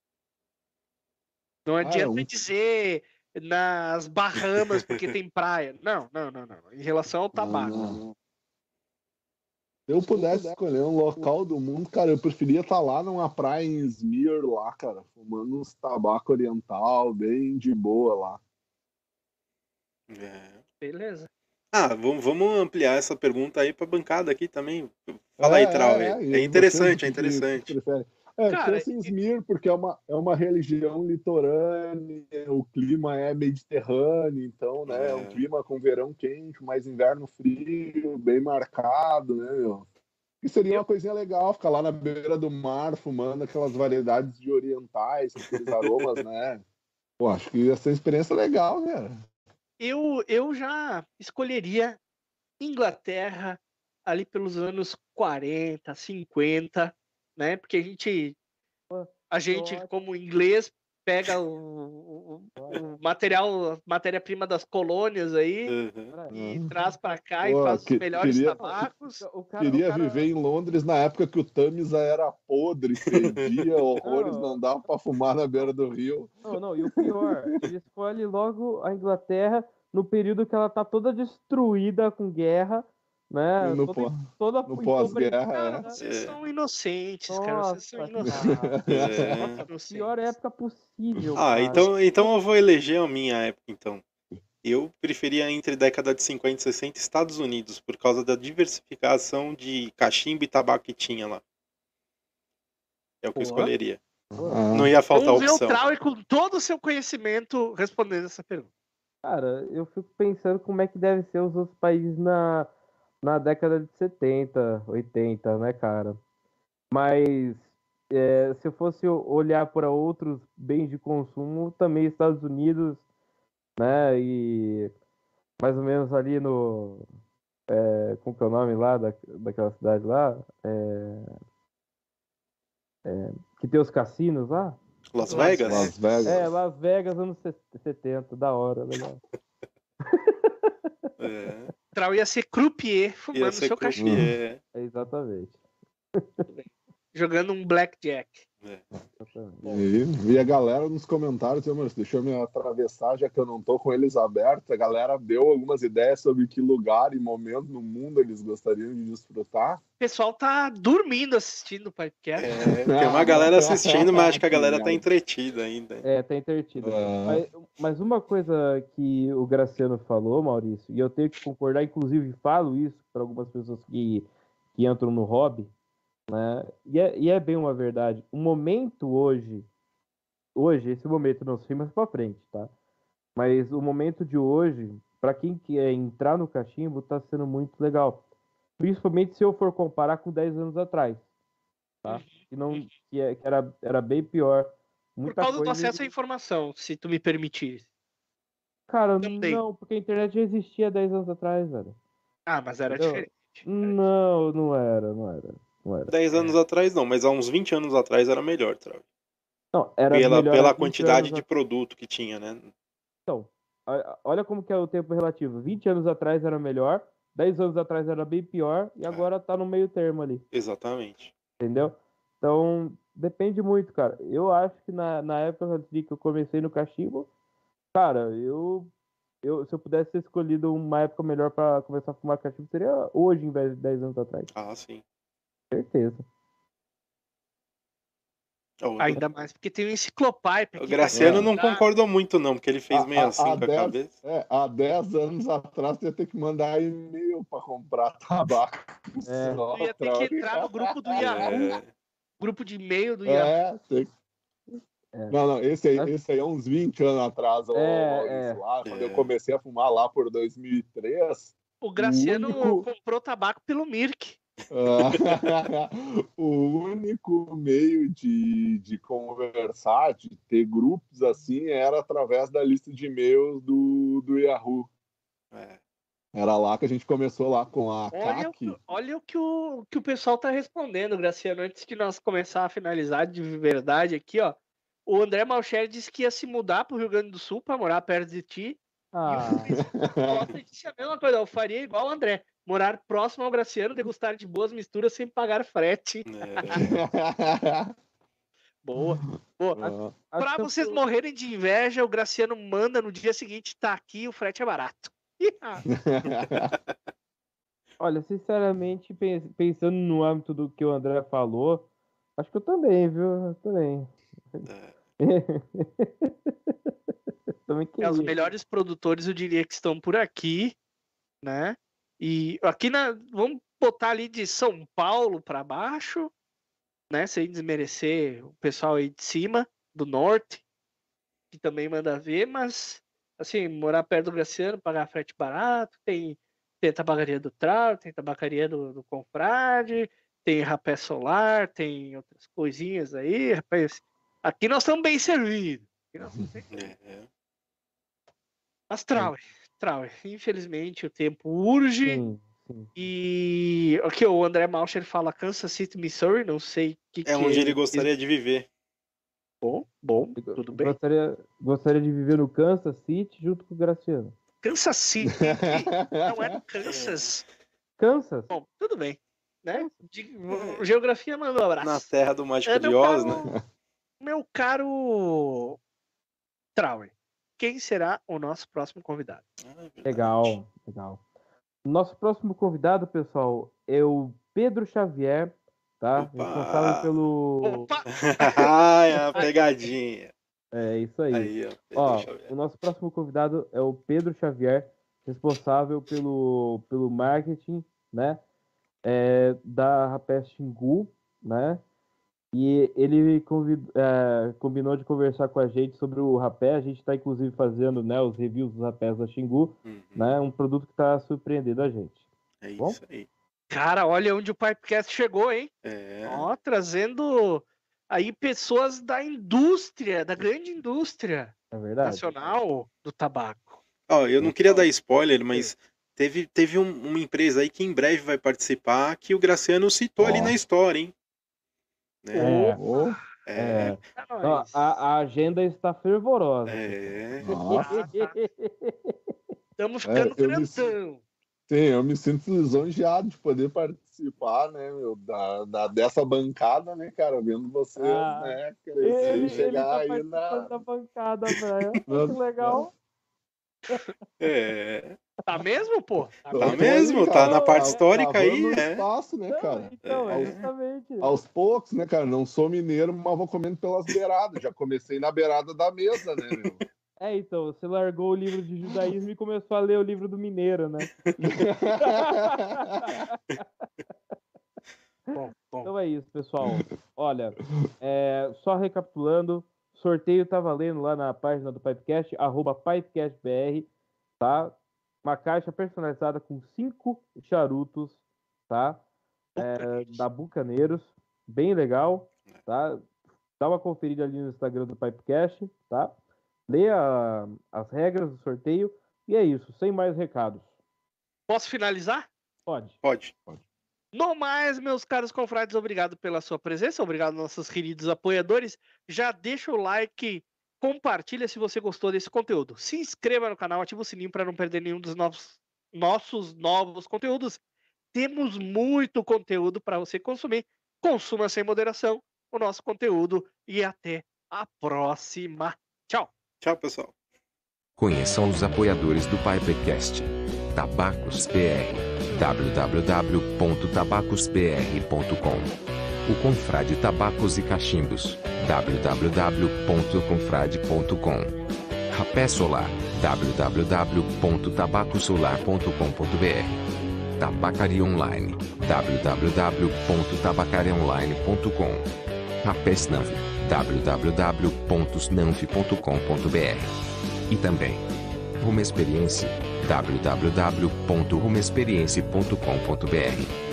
Não Cara, adianta um, dizer nas Bahamas porque tem praia. Não, não, não, não. Em relação ao tabaco. ah, se eu pudesse escolher um local do mundo, cara, eu preferia estar lá numa praia em Izmir, lá, cara, fumando uns tabaco oriental, bem de boa lá. É. Beleza. Ah, vamos, vamos ampliar essa pergunta aí pra bancada aqui também. Fala É, aí, Trau. é, É, é. é E vocês, o interessante, é que, que, que interessante. preferem? É, Cara, pensa em Izmir, porque é uma, é uma religião litorânea, o clima é mediterrâneo, então, né, é um É. clima com verão quente, mais inverno frio, bem marcado, né, meu? E seria uma coisinha legal ficar lá na beira do mar, fumando aquelas variedades de orientais, com aqueles aromas, né? Pô, acho que ia ser uma experiência legal, cara. eu, eu já escolheria Inglaterra ali pelos anos quarenta, cinquenta, né? Porque a gente, a gente ótimo. como inglês, pega o, o, o material, a matéria-prima das colônias aí Uhum. e Uhum. traz para cá e Pô, faz os que- melhores queria, tabacos. O cara, queria o cara... viver em Londres na época que o Tamisa era podre, fedia, horrores, Não, não dava pra fumar na beira do rio. não, não, e o pior, ele escolhe logo a Inglaterra no período que ela tá toda destruída com guerra, E né? no, Toda, pó- toda no empobrecida. Cara, pós-guerra, vocês É. são inocentes, cara. Vocês são Nossa, inocentes. cara. é. Muito É. Nossa, pior inocentes. época possível, Ah, cara. então, então eu vou eleger a minha época, então. Eu preferia entre década de cinquenta e sessenta Estados Unidos, por causa da diversificação de cachimbo e tabaco que tinha lá. É o que eu Pô, escolheria. Ah, Não ia faltar Vamos ver o opção. Trau com todo o seu conhecimento respondendo essa pergunta. cara, eu fico pensando como é que deve ser os outros países na, na década de setenta, oitenta, né, cara? Mas é, se eu fosse olhar para outros bens de consumo, também Estados Unidos, né? E mais ou menos ali no. É, como que é o nome lá da, daquela cidade lá? É, é, que tem os cassinos lá? Las Las Vegas? Las Vegas. É, Las Vegas, anos setenta, da hora, legal. É. Trau ia ser croupier Ia fumando ser seu cachimbo, croupier. É, exatamente. jogando um blackjack. É. exatamente. E, e a galera nos comentários, eu, mas deixa eu me atravessar, já que eu não tô com eles abertos. A galera deu algumas ideias sobre que lugar e momento no mundo eles gostariam de desfrutar. O pessoal tá dormindo assistindo o podcast. É, tem uma galera assistindo, mas acho que a galera tá entretida ainda. É, tá intertido. Ah. Mas, mas uma coisa que o Graciano falou, Maurício, e eu tenho que concordar, inclusive falo isso para algumas pessoas que, que entram no hobby, né? E é, e é bem uma verdade. O momento hoje, hoje, esse momento não sei mais para frente, tá? Mas o momento de hoje, para quem quer entrar no cachimbo, tá sendo muito legal. Principalmente se eu for comparar com dez anos atrás, tá? Que, não, que, é, que era, era bem pior. Por Muita causa do coisa... acesso à informação, se tu me permitir. Cara, Também. não, porque a internet já existia dez anos atrás, velho. Ah, mas era Entendeu? diferente. Não, não era, não era. Não era. dez anos atrás não, mas há uns vinte anos atrás era melhor, Trau. Não, era Pela, melhor há pela vinte quantidade anos de produto que tinha, né? Então, a- olha como que é o tempo relativo. vinte anos atrás era melhor, dez anos atrás era bem pior, e agora tá no meio termo ali, Exatamente. entendeu? Então, depende muito, cara. Eu acho que na, na época que eu comecei no cachimbo, cara, eu, eu se eu pudesse ter escolhido uma época melhor pra começar a fumar cachimbo, seria hoje, em vez de dez anos atrás. Ah, sim. Certeza. O, Ainda mais porque tem o Enciclopipe o aqui. Graciano É. não concordou muito, não, porque ele fez Há- meio há- assim há com a dez cabeça. É, há dez anos atrás você ia ter que mandar e-mail para comprar tabaco. É. Tu ia ter que entrar no grupo do Yahoo, É, grupo de e-mail do Yahoo. É, tem... É. Não, não, esse aí, Mas- esse aí é uns vinte anos atrás, ô, É, Maurício, é. lá, quando É. eu comecei a fumar lá por dois mil e três, O Graciano único- comprou tabaco pelo Mirk. ah, o único meio de, de conversar, de ter grupos assim, era através da lista de e-mails do, do Yahoo. é. Era lá que a gente começou lá com a Olha, o C A C. que- olha o que o, que o pessoal tá respondendo, Graciano. Antes de nós começar a finalizar de verdade aqui, ó. O André Malcher disse que ia se mudar pro Rio Grande do Sul pra morar perto de ti. Ah, Costa disse a mesma coisa. Eu faria igual o André. Morar próximo ao Graciano, degustar de boas misturas sem pagar frete. É. Boa. Boa. Ah, acho Pra que eu- vocês morrerem de inveja, o Graciano manda no dia seguinte, tá aqui, o frete é barato. Olha, sinceramente, pen- pensando no âmbito do que o André falou, acho que eu também, viu? Eu também. também É, os queria. melhores produtores, eu diria que estão por aqui, né? E aqui na. Vamos botar ali de São Paulo para baixo, né? Sem desmerecer o pessoal aí de cima, do norte, que também manda ver, mas assim, morar perto do Graciano, pagar frete barato, tem, tem a tabacaria do Trau, tem a tabacaria do, do Confrade, tem rapé solar, tem outras coisinhas aí, rapaz. Aqui nós estamos bem servidos. Aqui nós estamos bem servidos. É, é. Mas Trau, Trau, infelizmente o tempo urge. Sim, sim. E aqui o André Malcher fala Kansas City, Missouri, não sei o que, É que onde ele gostaria de viver. Bom, bom, Eu tudo bem. Gostaria, gostaria de viver no Kansas City junto com o Graciano. Kansas City, não é no Kansas. Kansas? Bom, tudo bem, né? De- geografia mandou um abraço. Na terra do Mágico É, de meu Oz, caro, né? meu caro Trauer, quem será o nosso próximo convidado? Ah, é verdade. Legal, legal. Nosso próximo convidado, pessoal, é o Pedro Xavier, tá? Opa! Responsável pelo. Opa! Ai, a pegadinha. É isso aí. Aí, ó. Pedro Ó, Xavier. o nosso próximo convidado é o Pedro Xavier, responsável pelo, pelo marketing, né? É, da Rapé Xingu, né? E ele convid, é, combinou de conversar com a gente sobre o rapé. A gente está, inclusive, fazendo, né, os reviews dos rapés da Xingu, Uhum. né? Um produto que está surpreendendo a gente. É Bom? isso aí. Cara, olha onde o Pipecast chegou, hein? É. Ó, trazendo aí pessoas da indústria, da grande indústria É verdade. nacional do tabaco. Ó, eu não queria dar spoiler, mas teve, teve um- uma empresa aí que em breve vai participar que o Graciano citou ali Ó. na história, hein? Né? É, Ô, É, é. É Ó, nóis. a, a agenda está fervorosa. é. nossa. Estamos ficando É, eu me- grandão. Sim, eu me sinto lisonjeado de poder participar, né, meu, da, da- dessa bancada, né, cara, vendo vocês, Ah, né, Ele, crescer e ele chegar tá aí participando na... da bancada, velho. Não, Que legal. É. Tá mesmo, pô? Tá tô aí, mesmo, tá na parte histórica cavando aí, no é. espaço, né, Não, cara? então, É. exatamente. Aos poucos, né, cara, não sou mineiro, mas vou comendo pelas beiradas, já comecei na beirada da mesa, né, meu? É, então, você largou o livro de judaísmo e começou a ler o livro do mineiro, né? Bom, bom. Então é isso, pessoal. Olha, é, só recapitulando, sorteio tá valendo lá na página do Pipecast, arroba PipecastBR, tá? Uma caixa personalizada com cinco charutos, tá? É, da Bucaneiros, bem legal, tá? Dá uma conferida ali no Instagram do Pipecast, tá? Leia as regras do sorteio e é isso, sem mais recados. Posso finalizar? Pode. Pode. No mais, meus caros confrades, obrigado pela sua presença, obrigado nossos queridos apoiadores. Já deixa o like, compartilha se você gostou desse conteúdo. Se inscreva no canal, ativa o sininho para não perder nenhum dos novos, nossos novos conteúdos. Temos muito conteúdo para você consumir. Consuma sem moderação o nosso conteúdo e até a próxima. Tchau! Tchau, pessoal. Conheçam os apoiadores do Pipecast. Tabacos P R. w w w ponto tabacos p r ponto com. O Confrade Tabacos e Cachimbos. w w w ponto confrade ponto com. Rapé Solar. w w w ponto tabacosolar ponto com ponto b r. Tabacaria Online. w w w ponto tabacaria online ponto com. Rapé Snanf. w w w ponto snanf ponto com ponto b r. E também Home Experience. w w w ponto home experience ponto com ponto b r.